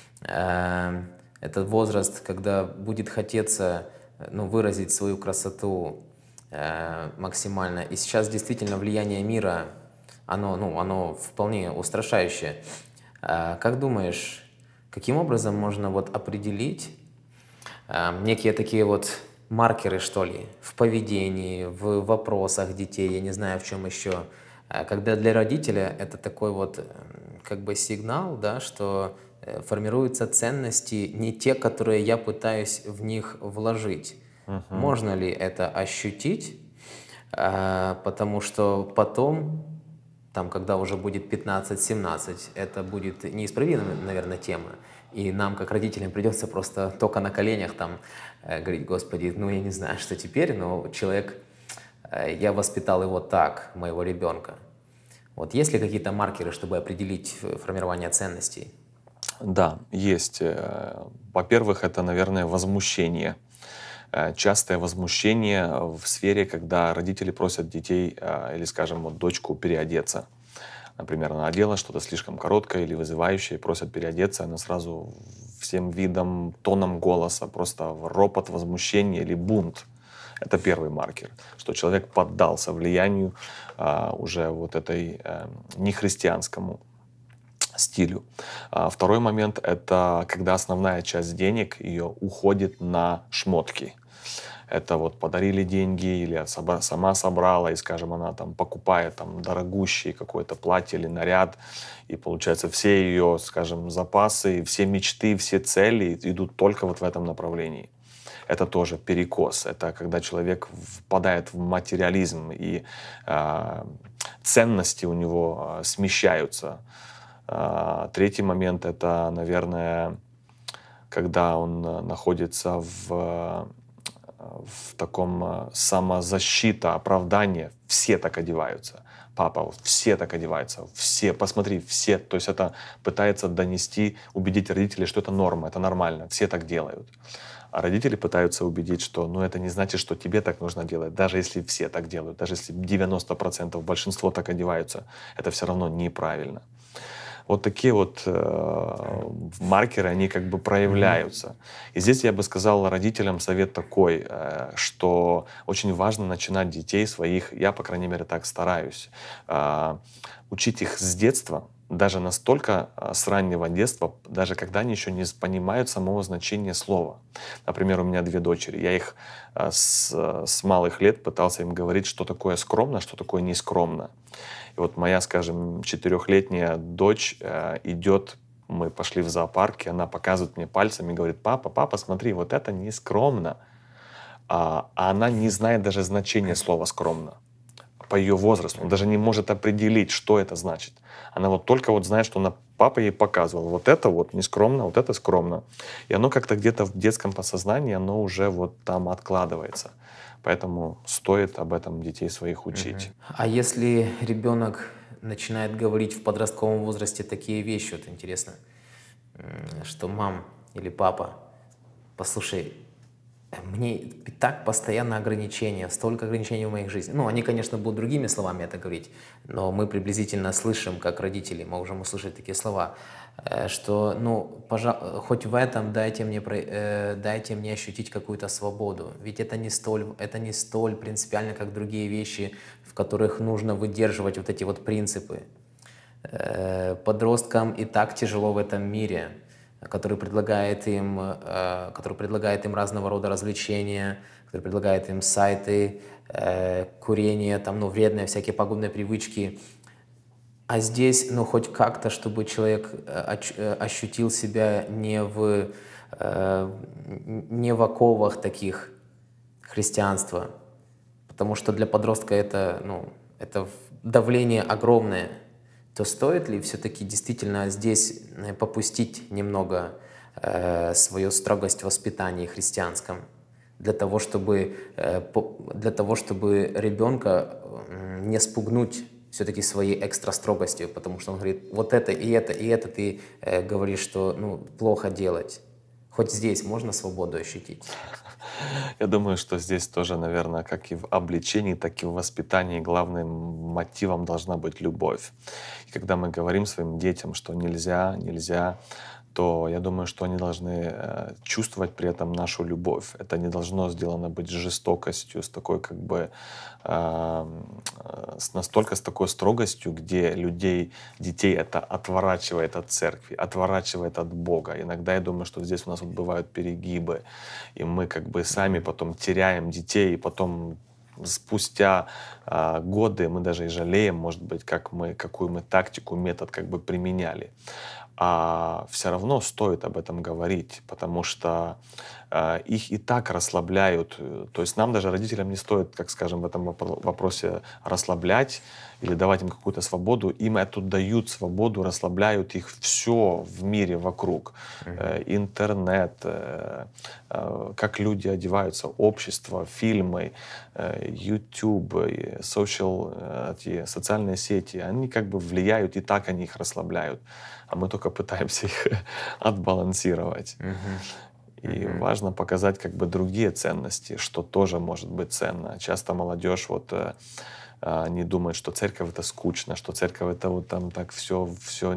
Speaker 1: Это возраст, когда будет хотеться выразить свою красоту максимально. И сейчас действительно влияние мира, оно вполне устрашающее. Как думаешь, каким образом можно определить некие такие маркеры, что ли, в поведении, в вопросах детей, я не знаю, в чем еще, когда для родителя это такой как бы сигнал, да, что формируются ценности не те, которые я пытаюсь в них вложить. Можно ли это ощутить? Потому что потом, когда уже будет 15-17, это будет неисправимая, наверное, тема. И нам, как родителям, придется просто только на коленях говорить: Господи, я не знаю, что теперь, но человек, я воспитал его так, моего ребенка. Есть ли какие-то маркеры, чтобы определить формирование ценностей?
Speaker 2: Да, есть. Во-первых, это, наверное, возмущение. Частое возмущение в сфере, когда родители просят детей или, скажем, дочку переодеться. Например, она одела что-то слишком короткое или вызывающее, просят переодеться, она сразу всем видом, тоном голоса, просто ропот, возмущение или бунт. Это первый маркер, что человек поддался влиянию уже этой нехристианскому стилю. Второй момент — это когда основная часть денег ее уходит на шмотки. Это подарили деньги или сама собрала, и, скажем, она покупает дорогущий какое-то платье или наряд, и получается все ее, скажем, запасы, все мечты, все цели идут только в этом направлении. Это тоже перекос. Это когда человек впадает в материализм, и ценности у него смещаются. Третий момент — это, наверное, когда он находится в таком самозащита, оправдании. Все так одеваются. Папа, все так одеваются. Все, посмотри, все. То есть это пытается донести, убедить родителей, что это норма, это нормально. Все так делают. А родители пытаются убедить, что это не значит, что тебе так нужно делать. Даже если все так делают, даже если 90% большинство так одеваются, это все равно неправильно. Такие маркеры, они как бы проявляются. И здесь я бы сказал родителям совет такой, что очень важно начинать детей своих, я, по крайней мере, так стараюсь, учить их с детства, даже настолько с раннего детства, даже когда они еще не понимают самого значения слова. Например, у меня 2 дочери. Я их с малых лет пытался им говорить, что такое скромно, что такое нескромно. И моя, скажем, 4-летняя дочь идет, мы пошли в зоопарк, и она показывает мне пальцем и говорит: папа, смотри, это не скромно. А она не знает даже значения слова «скромно» по ее возрасту. Он даже не может определить, что это значит. Она только знает, что папа ей показывал. Это не скромно, это скромно. И оно как-то где-то в детском подсознании, оно уже там откладывается. Поэтому стоит об этом детей своих учить.
Speaker 1: А если ребенок начинает говорить в подростковом возрасте такие вещи, интересно, что: мам или папа, послушай, мне и так постоянно ограничения, столько ограничений в моей жизни. Они, конечно, будут другими словами это говорить, но мы приблизительно слышим, как родители, можем услышать такие слова, что, хоть в этом дайте мне ощутить какую-то свободу. Ведь это не столь принципиально, как другие вещи, в которых нужно выдерживать эти принципы. Подросткам и так тяжело в этом мире. который предлагает им разного рода развлечения, который предлагает им сайты, курение, там, ну, вредные всякие пагубные привычки. А здесь, ну, хоть как-то, чтобы человек ощутил себя не в оковах таких христианства, потому что для подростка это, ну, это давление огромное, то стоит ли все-таки действительно здесь попустить немного свою строгость в воспитании христианском для того, чтобы ребенка не спугнуть все-таки своей экстра строгостью, потому что он говорит, вот это и это ты говоришь, что, ну, плохо делать. Хоть здесь можно свободу ощутить?
Speaker 2: Я думаю, что здесь тоже, наверное, как и в обличении, так и в воспитании главным мотивом должна быть любовь. И когда мы говорим своим детям, что нельзя, нельзя, то я думаю, что они должны чувствовать при этом нашу любовь. Это не должно сделано быть с жестокостью, с такой как бы настолько с такой строгостью, где детей это отворачивает от церкви, отворачивает от Бога. Иногда я думаю, что здесь у нас вот бывают перегибы, и мы как бы сами потом теряем детей, и потом спустя годы мы даже и жалеем, может быть, какую мы тактику, метод как бы применяли. А все равно стоит об этом говорить, потому что их и так расслабляют. То есть нам даже, родителям, не стоит, как скажем, в этом вопросе расслаблять или давать им какую-то свободу. Им эту дают свободу, расслабляют их все в мире вокруг. Интернет, как люди одеваются, общество, фильмы, YouTube, эти социальные сети, они как бы влияют, и так они их расслабляют. А мы только пытаемся их отбалансировать. И важно показать как бы другие ценности, что тоже может быть ценно. Часто молодежь не думает, что церковь это скучно, что церковь это вот там так все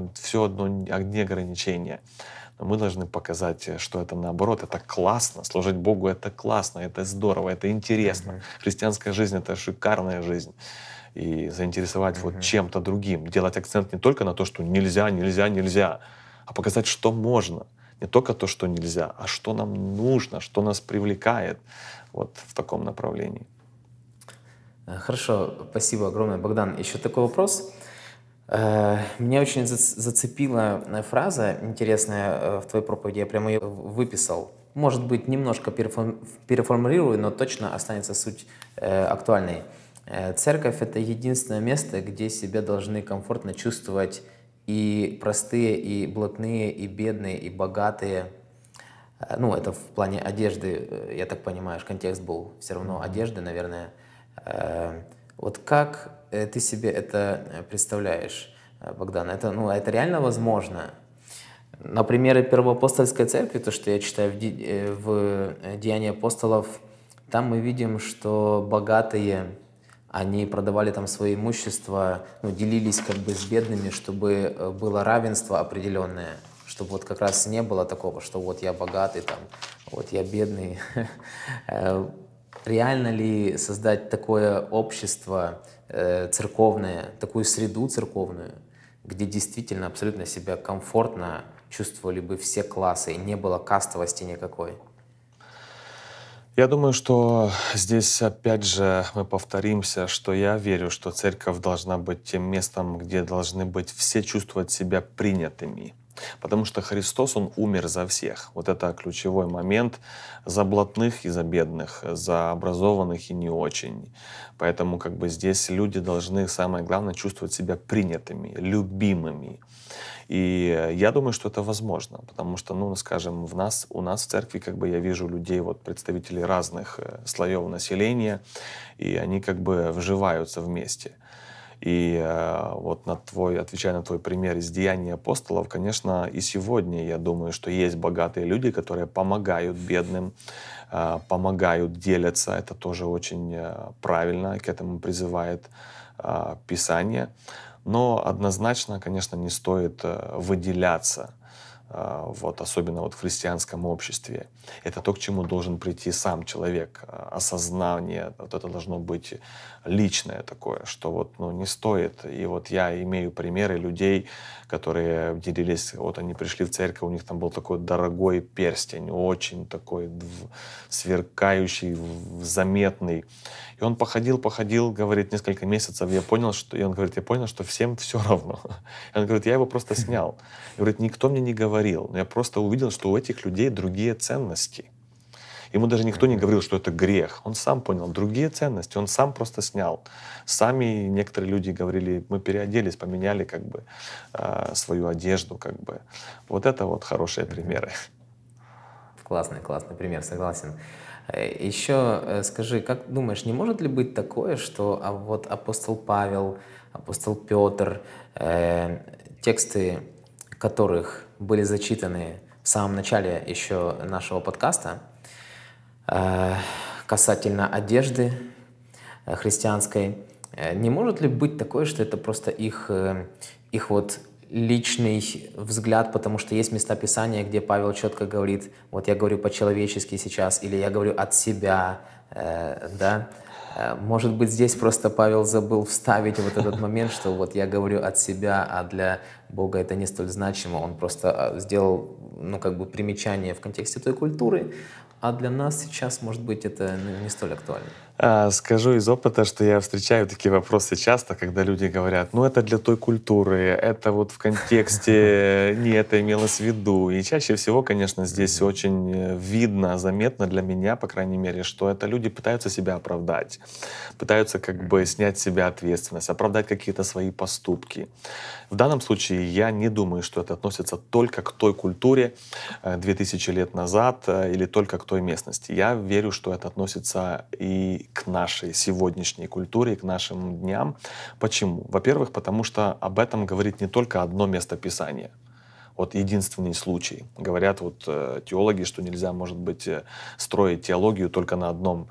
Speaker 2: одни ограничения. Но мы должны показать, что это наоборот, это классно, служить Богу это классно, это здорово, это интересно. Христианская жизнь это шикарная жизнь. И заинтересовать вот чем-то другим, делать акцент не только на то, что нельзя, нельзя, нельзя, а показать, что можно. Не только то, что нельзя, а что нам нужно, что нас привлекает вот в таком направлении.
Speaker 1: Хорошо, спасибо огромное, Богдан. Еще такой вопрос. Меня очень зацепила фраза интересная в твоей проповеди, я прямо ее выписал. Может быть, немножко переформулирую, но точно останется суть актуальной. Церковь — это единственное место, где себя должны комфортно чувствовать и простые, и блатные, и бедные, и богатые. Ну, это в плане одежды, я так понимаю, контекст был все равно одежды, наверное. Вот как ты себе это представляешь, Богдан? Это реально возможно? На примере Первоапостольской церкви, то, что я читаю в Деянии апостолов, там мы видим, что богатые, они продавали там свое имущество, ну, делились как бы с бедными, чтобы было равенство определенное, чтобы вот как раз не было такого, что вот я богатый, там, вот я бедный. Реально ли создать такое общество церковное, такую среду церковную, где действительно абсолютно себя комфортно чувствовали бы все классы и не было кастовости никакой?
Speaker 2: Я думаю, что здесь опять же мы повторимся, что я верю, что церковь должна быть тем местом, где должны быть все чувствовать себя принятыми. Потому что Христос, Он умер за всех. Вот это ключевой момент за блатных и за бедных, за образованных и не очень. Поэтому как бы здесь люди должны, самое главное, чувствовать себя принятыми, любимыми. И я думаю, что это возможно, потому что, ну, скажем, у нас в церкви как бы я вижу людей, вот представителей разных слоев населения, и они как бы вживаются вместе. И вот отвечая на твой пример из Деяний апостолов, конечно, и сегодня я думаю, что есть богатые люди, которые помогают бедным, помогают, делятся. Это тоже очень правильно, к этому призывает Писание. Но однозначно, конечно, не стоит выделяться вот, особенно вот в христианском обществе. Это то, к чему должен прийти сам человек. Осознание, вот это должно быть личное такое, что вот, ну, не стоит. И вот я имею примеры людей, которые делились, вот они пришли в церковь, у них там был такой дорогой перстень, очень такой сверкающий, заметный. И он походил, говорит, несколько месяцев, я понял, что... И он говорит, я понял, что всем все равно. И он говорит, я его просто снял. И говорит, никто мне не говорил, но я просто увидел, что у этих людей другие ценности. Ему даже никто не говорил, что это грех. Он сам понял, другие ценности, он сам просто снял. Сами некоторые люди говорили, мы переоделись, поменяли как бы свою одежду. Как бы. Вот это вот хорошие примеры.
Speaker 1: Классный пример, согласен. Еще скажи, как думаешь, не может ли быть такое, что вот апостол Павел, апостол Петр, тексты которых были зачитаны в самом начале еще нашего подкаста, касательно одежды христианской, не может ли быть такое, что это просто их вот личный взгляд, потому что есть места Писания, где Павел четко говорит, вот я говорю по-человечески сейчас, или я говорю от себя, да? Может быть, здесь просто Павел забыл вставить вот этот момент, что вот я говорю от себя, а для Бога это не столь значимо. Он просто сделал, ну, как бы примечание в контексте той культуры, а для нас сейчас, может быть, это не столь актуально.
Speaker 2: Скажу из опыта, что я встречаю такие вопросы часто, когда люди говорят, ну это для той культуры, это вот в контексте не это имелось в виду. И чаще всего, конечно, здесь очень видно, заметно для меня, по крайней мере, что это люди пытаются себя оправдать, пытаются как бы снять с себя ответственность, оправдать какие-то свои поступки. В данном случае я не думаю, что это относится только к той культуре 2000 лет назад или только к той местности. Я верю, что это относится и к нашей сегодняшней культуре, и к нашим дням. Почему? Во-первых, потому что об этом говорит не только одно место Писания. Вот единственный случай. Говорят вот теологи, что нельзя, может быть, строить теологию только на одном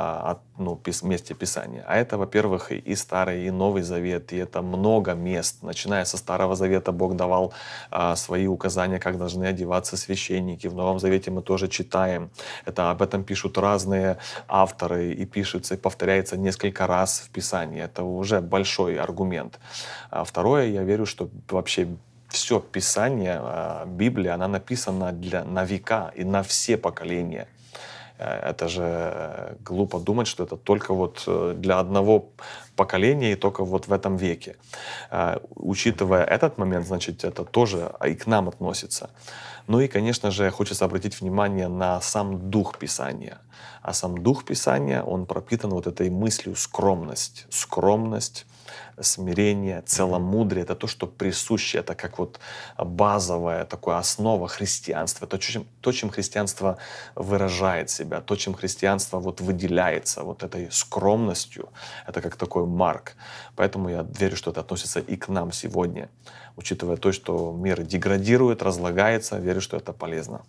Speaker 2: месте Писания. А это, во-первых, и Старый, и Новый Завет, и это много мест. Начиная со Старого Завета Бог давал свои указания, как должны одеваться священники. В Новом Завете мы тоже читаем. Это об этом пишут разные авторы, и пишется, и повторяется несколько раз в Писании. Это уже большой аргумент. А второе, я верю, что вообще все Писание, Библия, она написана на века и на все поколения. Это же глупо думать, что это только вот для одного поколения и только вот в этом веке. Учитывая этот момент, значит, это тоже и к нам относится. Ну и, конечно же, хочется обратить внимание на сам дух Писания. А сам дух Писания, он пропитан вот этой мыслью скромность. Скромность, смирение, целомудрие — это то, что присуще, это как вот базовая такая основа христианства, то, чем христианство выражает себя, то, чем христианство вот выделяется, вот этой скромностью, это как такой марк. Поэтому я верю, что это относится и к нам сегодня, учитывая то, что мир деградирует, разлагается, верю, что это полезно.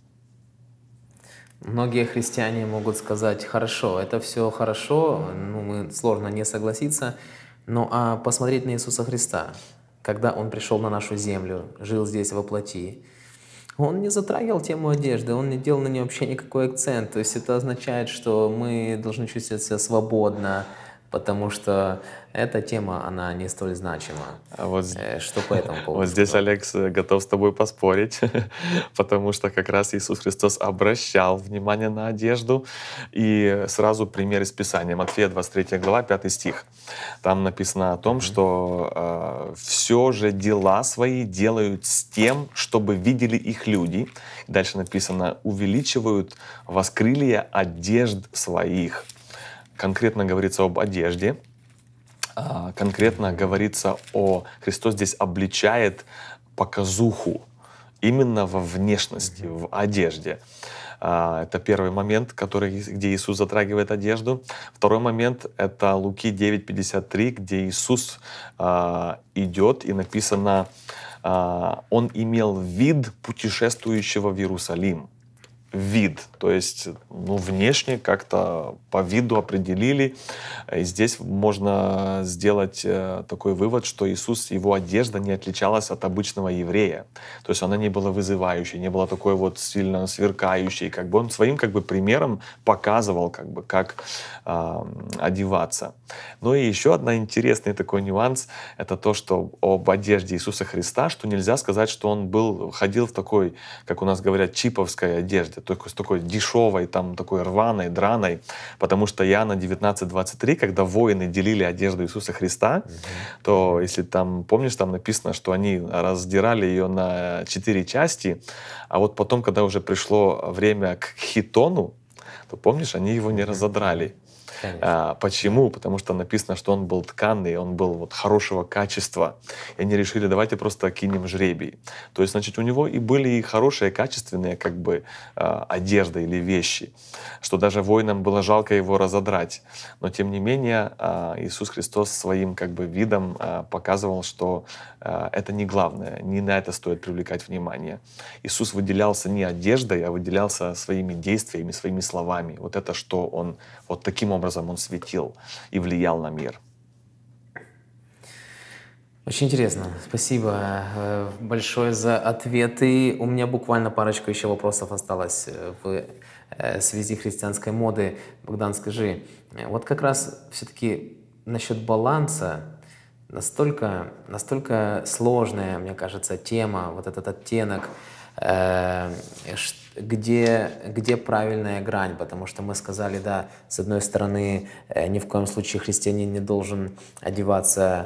Speaker 1: Многие христиане могут сказать, хорошо, это все хорошо, сложно не согласиться, а посмотреть на Иисуса Христа, когда Он пришел на нашу землю, жил здесь во плоти, Он не затрагивал тему одежды, Он не делал на нее вообще никакой акцент. То есть это означает, что мы должны чувствовать себя свободно, потому что эта тема, она не столь значима. Что по этому поводу?
Speaker 2: Вот здесь Алекс готов с тобой поспорить, потому что как раз Иисус Христос обращал внимание на одежду. И сразу пример из Писания. Матфея 23 глава, 5 стих. Там написано о том, что «все же дела свои делают с тем, чтобы видели их люди». Дальше написано «увеличивают воскрылья одежд своих». Конкретно говорится об одежде, конкретно говорится Христос здесь обличает показуху именно во внешности, в одежде. Это первый момент, где Иисус затрагивает одежду. Второй момент — это Луки 9:53, где Иисус идет, и написано, Он имел вид путешествующего в Иерусалим. вид, то есть ну, внешне как-то по виду определили. И здесь можно сделать такой вывод, что Иисус, его одежда не отличалась от обычного еврея. То есть она не была вызывающей, не была такой вот сильно сверкающей. Как бы он своим как бы примером показывал, как бы, как одеваться. Ну и еще один интересный такой нюанс, это то, что об одежде Иисуса Христа, что нельзя сказать, что он ходил в такой, как у нас говорят, чиповской одежде, только с такой дешевой, там, такой рваной, драной, потому что Иоанна 19:23, когда воины делили одежду Иисуса Христа, то, если там, помнишь, там написано, что они раздирали ее на 4 части, а вот потом, когда уже пришло время к хитону, то, помнишь, они его не разодрали. Почему? Потому что написано, что он был тканый, он был вот хорошего качества. И они решили, давайте просто кинем жребий. То есть, значит, у него и были и хорошие, качественные как бы одежда или вещи, что даже воинам было жалко его разодрать. Но тем не менее Иисус Христос своим как бы видом показывал, что это не главное, не на это стоит привлекать внимание. Иисус выделялся не одеждой, а выделялся своими действиями, своими словами. Вот это, что он вот таким образом он светил и влиял на мир.
Speaker 1: Очень интересно. Спасибо большое за ответы. У меня буквально парочка еще вопросов осталось в связи христианской моды. Богдан, скажи, вот как раз все-таки насчет баланса настолько сложная, мне кажется, тема, вот этот оттенок, где правильная грань, потому что мы сказали, да, с одной стороны, ни в коем случае христианин не должен одеваться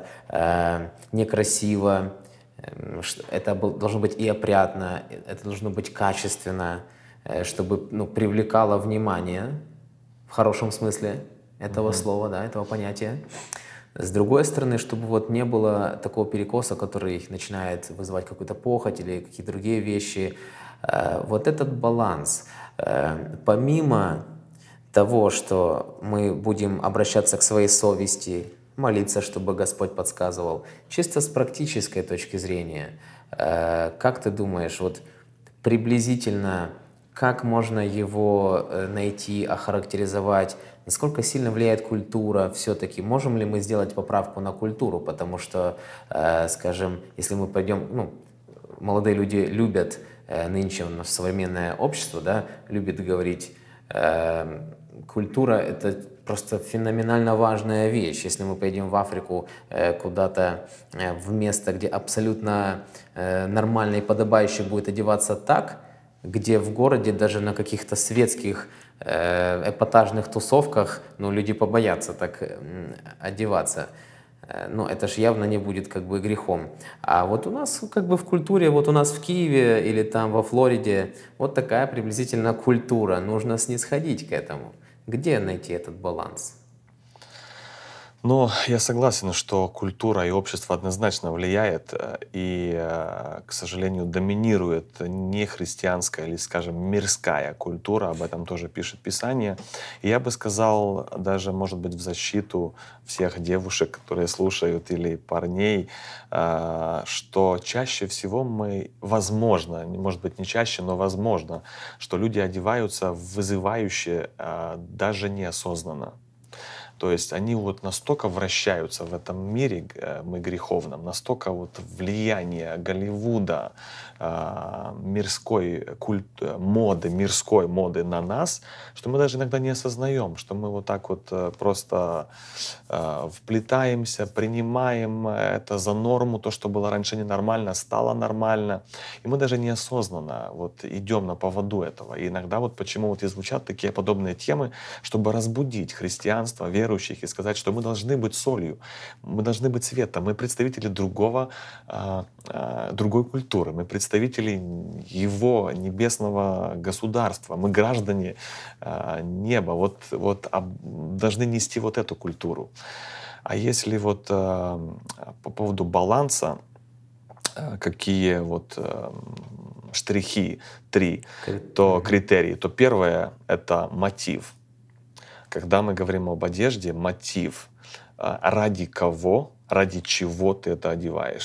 Speaker 1: некрасиво, это должно быть и опрятно, это должно быть качественно, чтобы привлекало внимание в хорошем смысле этого слова, да, этого понятия. С другой стороны, чтобы вот не было такого перекоса, который начинает вызывать какую-то похоть или какие-то другие вещи. Вот этот баланс, помимо того, что мы будем обращаться к своей совести, молиться, чтобы Господь подсказывал, чисто с практической точки зрения, как ты думаешь, вот приблизительно, как можно его найти, охарактеризовать, насколько сильно влияет культура все-таки? Можем ли мы сделать поправку на культуру? Потому что, скажем, если мы пойдем, молодые люди любят нынче у нас современное общество, да, любит говорить, культура — это просто феноменально важная вещь. Если мы пойдем в Африку куда-то в место, где абсолютно нормально и подобающе будет одеваться так, где в городе даже на каких-то светских эпатажных тусовках люди побоятся так одеваться. Это ж явно не будет как бы грехом. А вот у нас как бы в культуре, вот у нас в Киеве или там во Флориде вот такая приблизительно культура. Нужно снисходить к этому. Где найти этот баланс?
Speaker 2: Но я согласен, что культура и общество однозначно влияет и, к сожалению, доминирует не христианская или, скажем, мирская культура, об этом тоже пишет Писание. И я бы сказал, даже, может быть, в защиту всех девушек, которые слушают, или парней, что чаще всего мы, возможно, может быть, не чаще, но возможно, что люди одеваются вызывающе, даже неосознанно. То есть они вот настолько вращаются в этом мире мы греховном, настолько вот влияние Голливуда, мирской моды, мирской моды на нас, что мы даже иногда не осознаем, что мы вот так вот просто вплетаемся, принимаем это за норму, то, что было раньше ненормально, стало нормально. И мы даже неосознанно вот идем на поводу этого. И иногда вот почему вот и звучат такие подобные темы, чтобы разбудить христианство, верующих и сказать, что мы должны быть солью, мы должны быть светом, мы представители другой культуры, мы представители его небесного государства, мы граждане неба, вот должны нести вот эту культуру. А если вот по поводу баланса, какие вот штрихи, 3, то критерии, то первое — это мотив. Когда мы говорим об одежде, мотив. Ради кого, ради чего ты это одеваешь?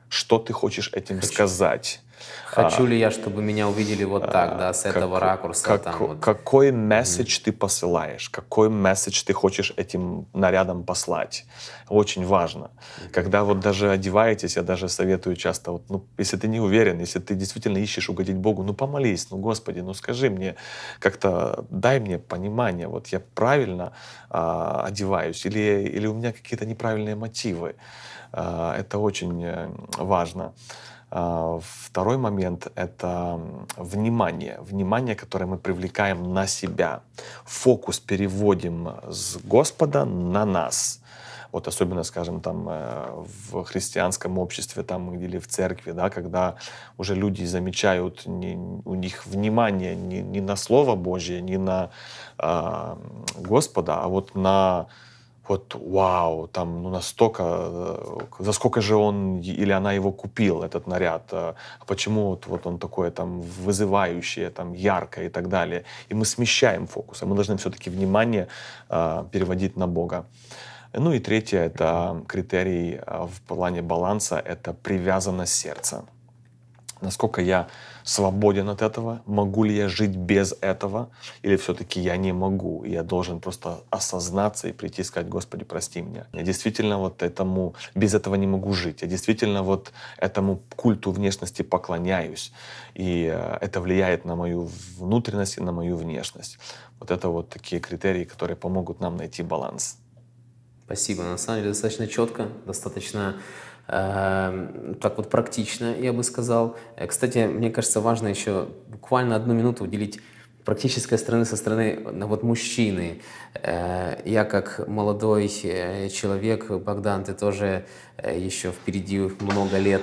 Speaker 2: что ты хочешь этим сказать.
Speaker 1: Хочу ли я, чтобы меня увидели вот так, да, с этого ракурса, там вот.
Speaker 2: Какой месседж ты посылаешь, какой месседж ты хочешь этим нарядом послать. Очень важно. Когда вот даже одеваетесь, я даже советую часто, вот, ну, если ты не уверен, если ты действительно ищешь угодить Богу, ну помолись, ну Господи, ну скажи мне, как-то дай мне понимание, вот я правильно одеваюсь или у меня какие-то неправильные мотивы. Это очень важно. Второй момент — это внимание. Внимание, которое мы привлекаем на себя. Фокус переводим с Господа на нас. Вот особенно, скажем, там в христианском обществе там, или в церкви, да, когда уже люди замечают, у них внимание не на Слово Божье, не на Господа, а вот на вот вау, там ну настолько, за сколько же он или она его купил, этот наряд, почему вот он такой там вызывающий, там яркое и так далее. И мы смещаем фокус, а мы должны все-таки внимание переводить на Бога. Ну и третье, это критерий в плане баланса, это привязанность сердца. Насколько я свободен от этого, могу ли я жить без этого, или все-таки я не могу, и я должен просто осознаться и прийти и сказать: Господи, прости меня. Я действительно вот без этого не могу жить, я действительно вот этому культу внешности поклоняюсь, и это влияет на мою внутренность и на мою внешность. Вот это вот такие критерии, которые помогут нам найти баланс.
Speaker 1: Спасибо. На самом деле достаточно четко, достаточно так вот практично, я бы сказал. Кстати, мне кажется, важно еще буквально 1 минуту уделить практической стороны со стороны вот мужчины. Я как молодой человек, Богдан, ты тоже еще впереди много лет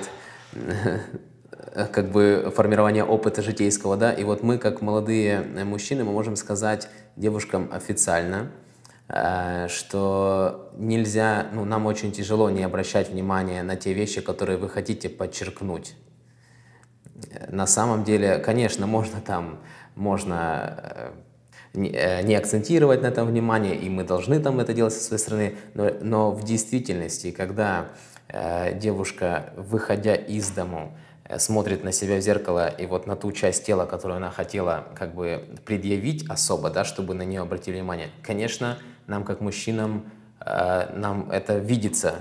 Speaker 1: как бы формирования опыта житейского, да, и вот мы, как молодые мужчины, мы можем сказать девушкам официально, что нельзя, ну, нам очень тяжело не обращать внимания на те вещи, которые вы хотите подчеркнуть. На самом деле, конечно, можно не акцентировать на этом внимание, и мы должны там это делать со своей стороны, но в действительности, когда девушка, выходя из дому, смотрит на себя в зеркало и вот на ту часть тела, которую она хотела как бы предъявить особо, да, чтобы на нее обратили внимание, конечно, нам как мужчинам, нам это видится,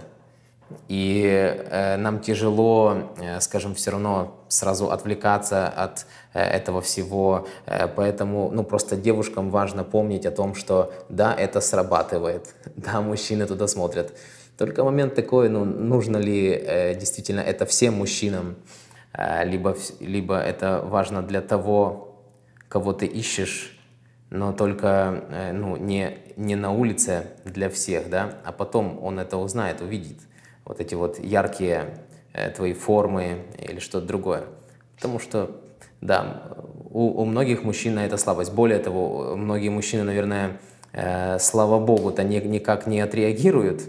Speaker 1: и нам тяжело, скажем, все равно сразу отвлекаться от этого всего, поэтому, ну, просто девушкам важно помнить о том, что да, это срабатывает, да, мужчины туда смотрят. Только момент такой, ну, нужно ли действительно это всем мужчинам, либо это важно для того, кого ты ищешь, но только ну, не на улице для всех, да, а потом он это узнает, увидит, вот эти вот яркие твои формы или что-то другое. Потому что, да, у многих мужчин на это слабость. Более того, многие мужчины, наверное, слава богу-то никак не отреагируют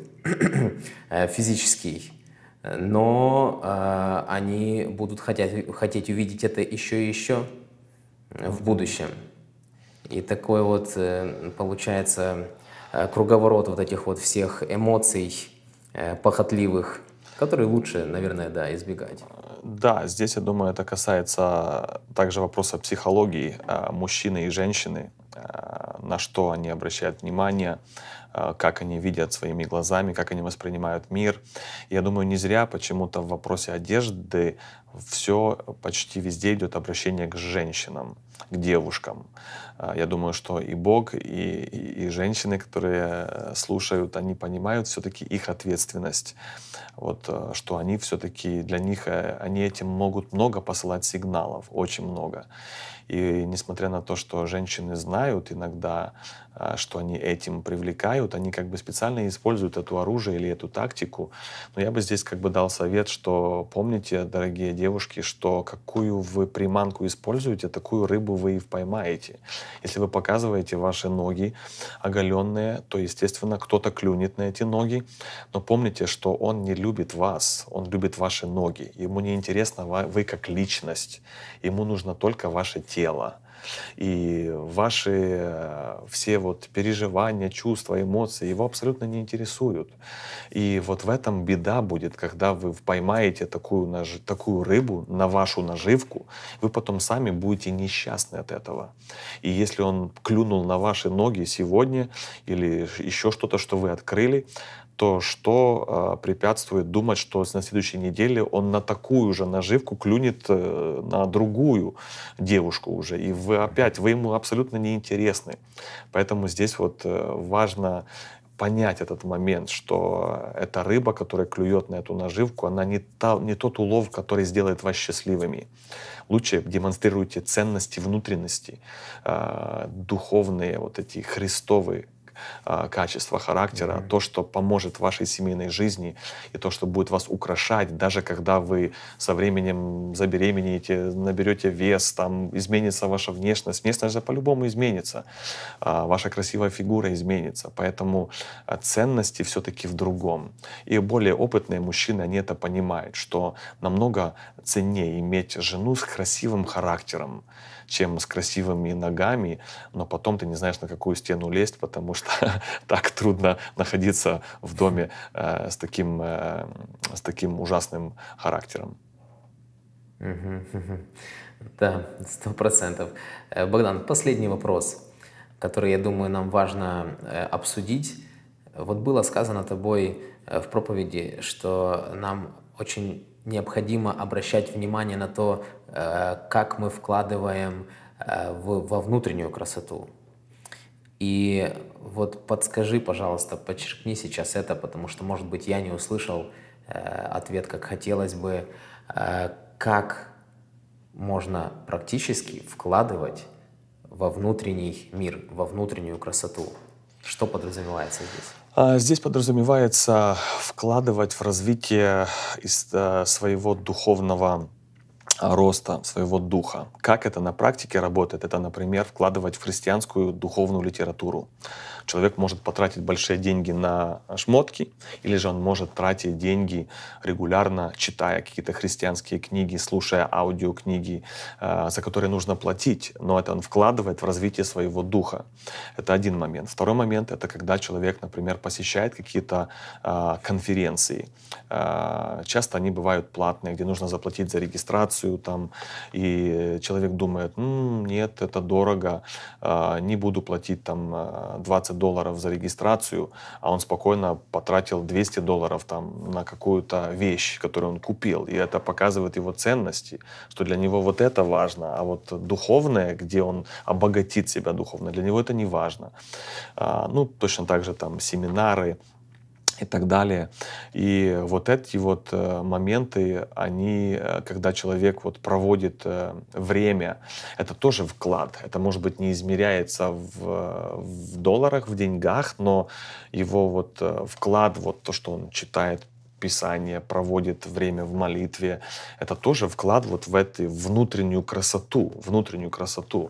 Speaker 1: физически, но они будут хотеть увидеть это еще и еще в будущем. И такой вот получается круговорот вот этих вот всех эмоций похотливых, которые лучше, наверное, да, избегать.
Speaker 2: Да, здесь, я думаю, это касается также вопроса психологии мужчины и женщины, на что они обращают внимание, как они видят своими глазами, как они воспринимают мир. Я думаю, не зря почему-то в вопросе одежды все почти везде идет обращение к женщинам, к девушкам. Я думаю, что и Бог, и женщины, которые слушают, они понимают все-таки их ответственность. Вот, что они все-таки, для них, они этим могут много посылать сигналов, очень много. И несмотря на то, что женщины знают иногда, что они этим привлекают, они как бы специально используют это оружие или эту тактику. Но я бы здесь как бы дал совет, что помните, дорогие девушки, что какую вы приманку используете, такую рыбу вы и поймаете. Если вы показываете ваши ноги оголенные, то, естественно, кто-то клюнет на эти ноги. Но помните, что он не любит вас, он любит ваши ноги. Ему не интересно вы как личность, ему нужно только ваше тело. И ваши все вот переживания, чувства, эмоции его абсолютно не интересуют. И вот в этом беда будет, когда вы поймаете такую рыбу на вашу наживку, вы потом сами будете несчастны от этого. И если он клюнул на ваши ноги сегодня или еще что-то, что вы открыли, то что препятствует думать, что на следующей неделе он на такую же наживку клюнет на другую девушку уже, и вы ему абсолютно неинтересны. Поэтому здесь вот важно понять этот момент, что эта рыба, которая клюет на эту наживку, она не тот улов, который сделает вас счастливыми. Лучше демонстрируйте ценности внутренности, духовные, вот эти христовые качества характера, то, что поможет вашей семейной жизни, и то, что будет вас украшать, даже когда вы со временем забеременеете, наберете вес, там изменится ваша внешность. Внешность же по-любому изменится, ваша красивая фигура изменится. Поэтому ценности все-таки в другом. И более опытные мужчины, они это понимают, что намного ценнее иметь жену с красивым характером, чем с красивыми ногами, но потом ты не знаешь, на какую стену лезть, потому что так трудно находиться в доме с таким ужасным характером.
Speaker 1: Да, 100%. Богдан, последний вопрос, который, я думаю, нам важно обсудить. Вот было сказано тобой в проповеди, что нам очень необходимо обращать внимание на то, как мы вкладываем во внутреннюю красоту. И вот подскажи, пожалуйста, подчеркни сейчас это, потому что, может быть, я не услышал ответ, как хотелось бы. Как можно практически вкладывать во внутренний мир, во внутреннюю красоту? Что подразумевается здесь?
Speaker 2: Здесь подразумевается вкладывать в развитие своего духовного роста, своего духа. Как это на практике работает? Это, например, вкладывать в христианскую духовную литературу. Человек может потратить большие деньги на шмотки, или же он может тратить деньги регулярно, читая какие-то христианские книги, слушая аудиокниги, за которые нужно платить, но это он вкладывает в развитие своего духа. Это один момент. Второй момент — это когда человек, например, посещает какие-то конференции. Часто они бывают платные, где нужно заплатить за регистрацию, там, и человек думает: нет, это дорого, не буду платить там $20 за регистрацию, а он спокойно потратил $200 там на какую-то вещь, которую он купил, и это показывает его ценности, что для него вот это важно, а вот духовное, где он обогатит себя духовно, для него это не важно. Ну, точно так же там семинары и так далее. И вот эти вот моменты, они, когда человек вот проводит время, это тоже вклад. Это, может быть, не измеряется в долларах, в деньгах, но его вот вклад, вот то, что он читает Писание, проводит время в молитве, это тоже вклад вот в эту внутреннюю красоту, внутреннюю красоту.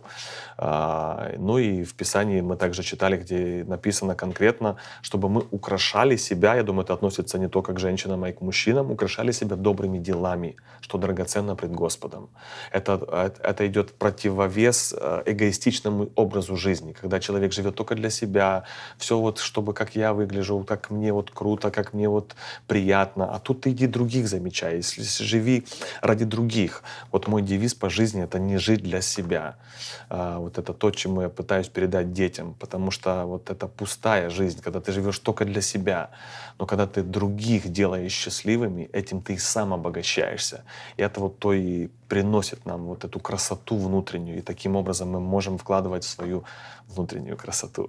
Speaker 2: Ну и в Писании мы также читали, где написано конкретно, чтобы мы украшали себя, я думаю, это относится не только к женщинам, а и к мужчинам, украшали себя добрыми делами, что драгоценно пред Господом. Это идет в противовес эгоистичному образу жизни, когда человек живет только для себя, все вот, чтобы как я выгляжу, как мне вот круто, как мне вот приятно. А тут ты иди других замечай, живи ради других. Вот мой девиз по жизни — это не жить для себя. Вот это то, чем я пытаюсь передать детям, потому что вот это пустая жизнь, когда ты живешь только для себя. Но когда ты других делаешь счастливыми, этим ты и сам обогащаешься. И это вот то и приносит нам вот эту красоту внутреннюю. И таким образом мы можем вкладывать в свою внутреннюю красоту.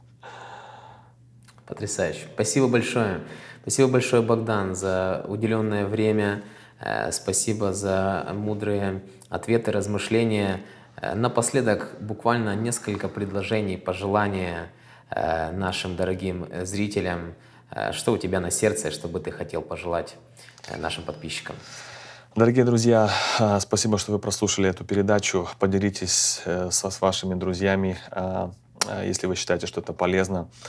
Speaker 1: Потрясающе. Спасибо большое. Спасибо большое, Богдан, за уделенное время. Спасибо за мудрые ответы, размышления. Напоследок буквально несколько предложений, пожелания нашим дорогим зрителям. Что у тебя на сердце, что бы ты хотел пожелать нашим подписчикам?
Speaker 2: Дорогие друзья, спасибо, что вы прослушали эту передачу. Поделитесь с вашими друзьями, если вы считаете, что это полезно.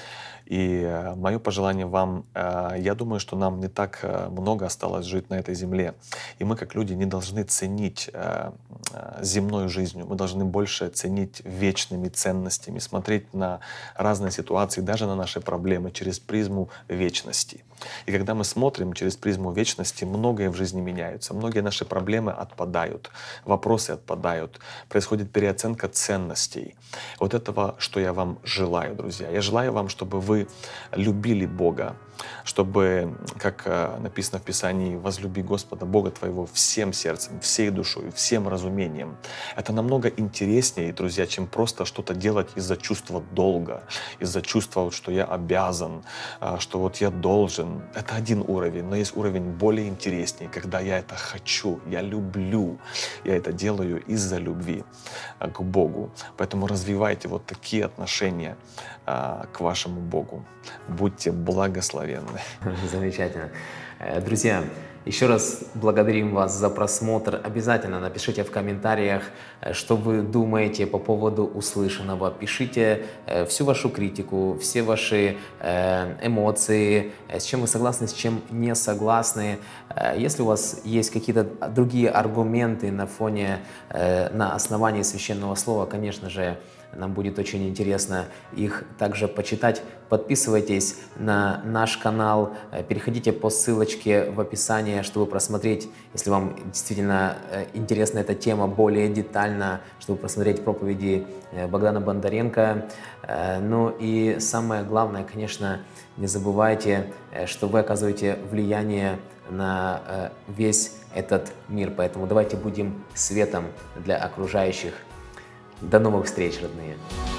Speaker 2: И мое пожелание вам, я думаю, что нам не так много осталось жить на этой земле. И мы, как люди, не должны ценить земной жизнью. Мы должны больше ценить вечными ценностями, смотреть на разные ситуации, даже на наши проблемы через призму вечности. И когда мы смотрим через призму вечности, многое в жизни меняется. Многие наши проблемы отпадают, вопросы отпадают, происходит переоценка ценностей. Вот этого, что я вам желаю, друзья. Я желаю вам, чтобы вы любили Бога, чтобы, как написано в Писании, возлюби Господа Бога твоего всем сердцем, всей душой, всем разумением. Это намного интереснее, друзья, чем просто что-то делать из-за чувства долга, из-за чувства, что я обязан, что вот я должен. Это один уровень, но есть уровень более интереснее, когда я это хочу, я люблю, я это делаю из-за любви к Богу. Поэтому развивайте вот такие отношения к вашему Богу. Будьте благословенны.
Speaker 1: Замечательно. Друзья, еще раз благодарим вас за просмотр. Обязательно напишите в комментариях, что вы думаете по поводу услышанного. Пишите всю вашу критику, все ваши эмоции, с чем вы согласны, с чем не согласны. Если у вас есть какие-то другие аргументы на основании священного слова, конечно же, нам будет очень интересно их также почитать. Подписывайтесь на наш канал, переходите по ссылочке в описании, чтобы просмотреть, если вам действительно интересна эта тема более детально, чтобы просмотреть проповеди Богдана Бондаренко. Ну и самое главное, конечно, не забывайте, что вы оказываете влияние на весь этот мир. Поэтому давайте будем светом для окружающих. До новых встреч, родные!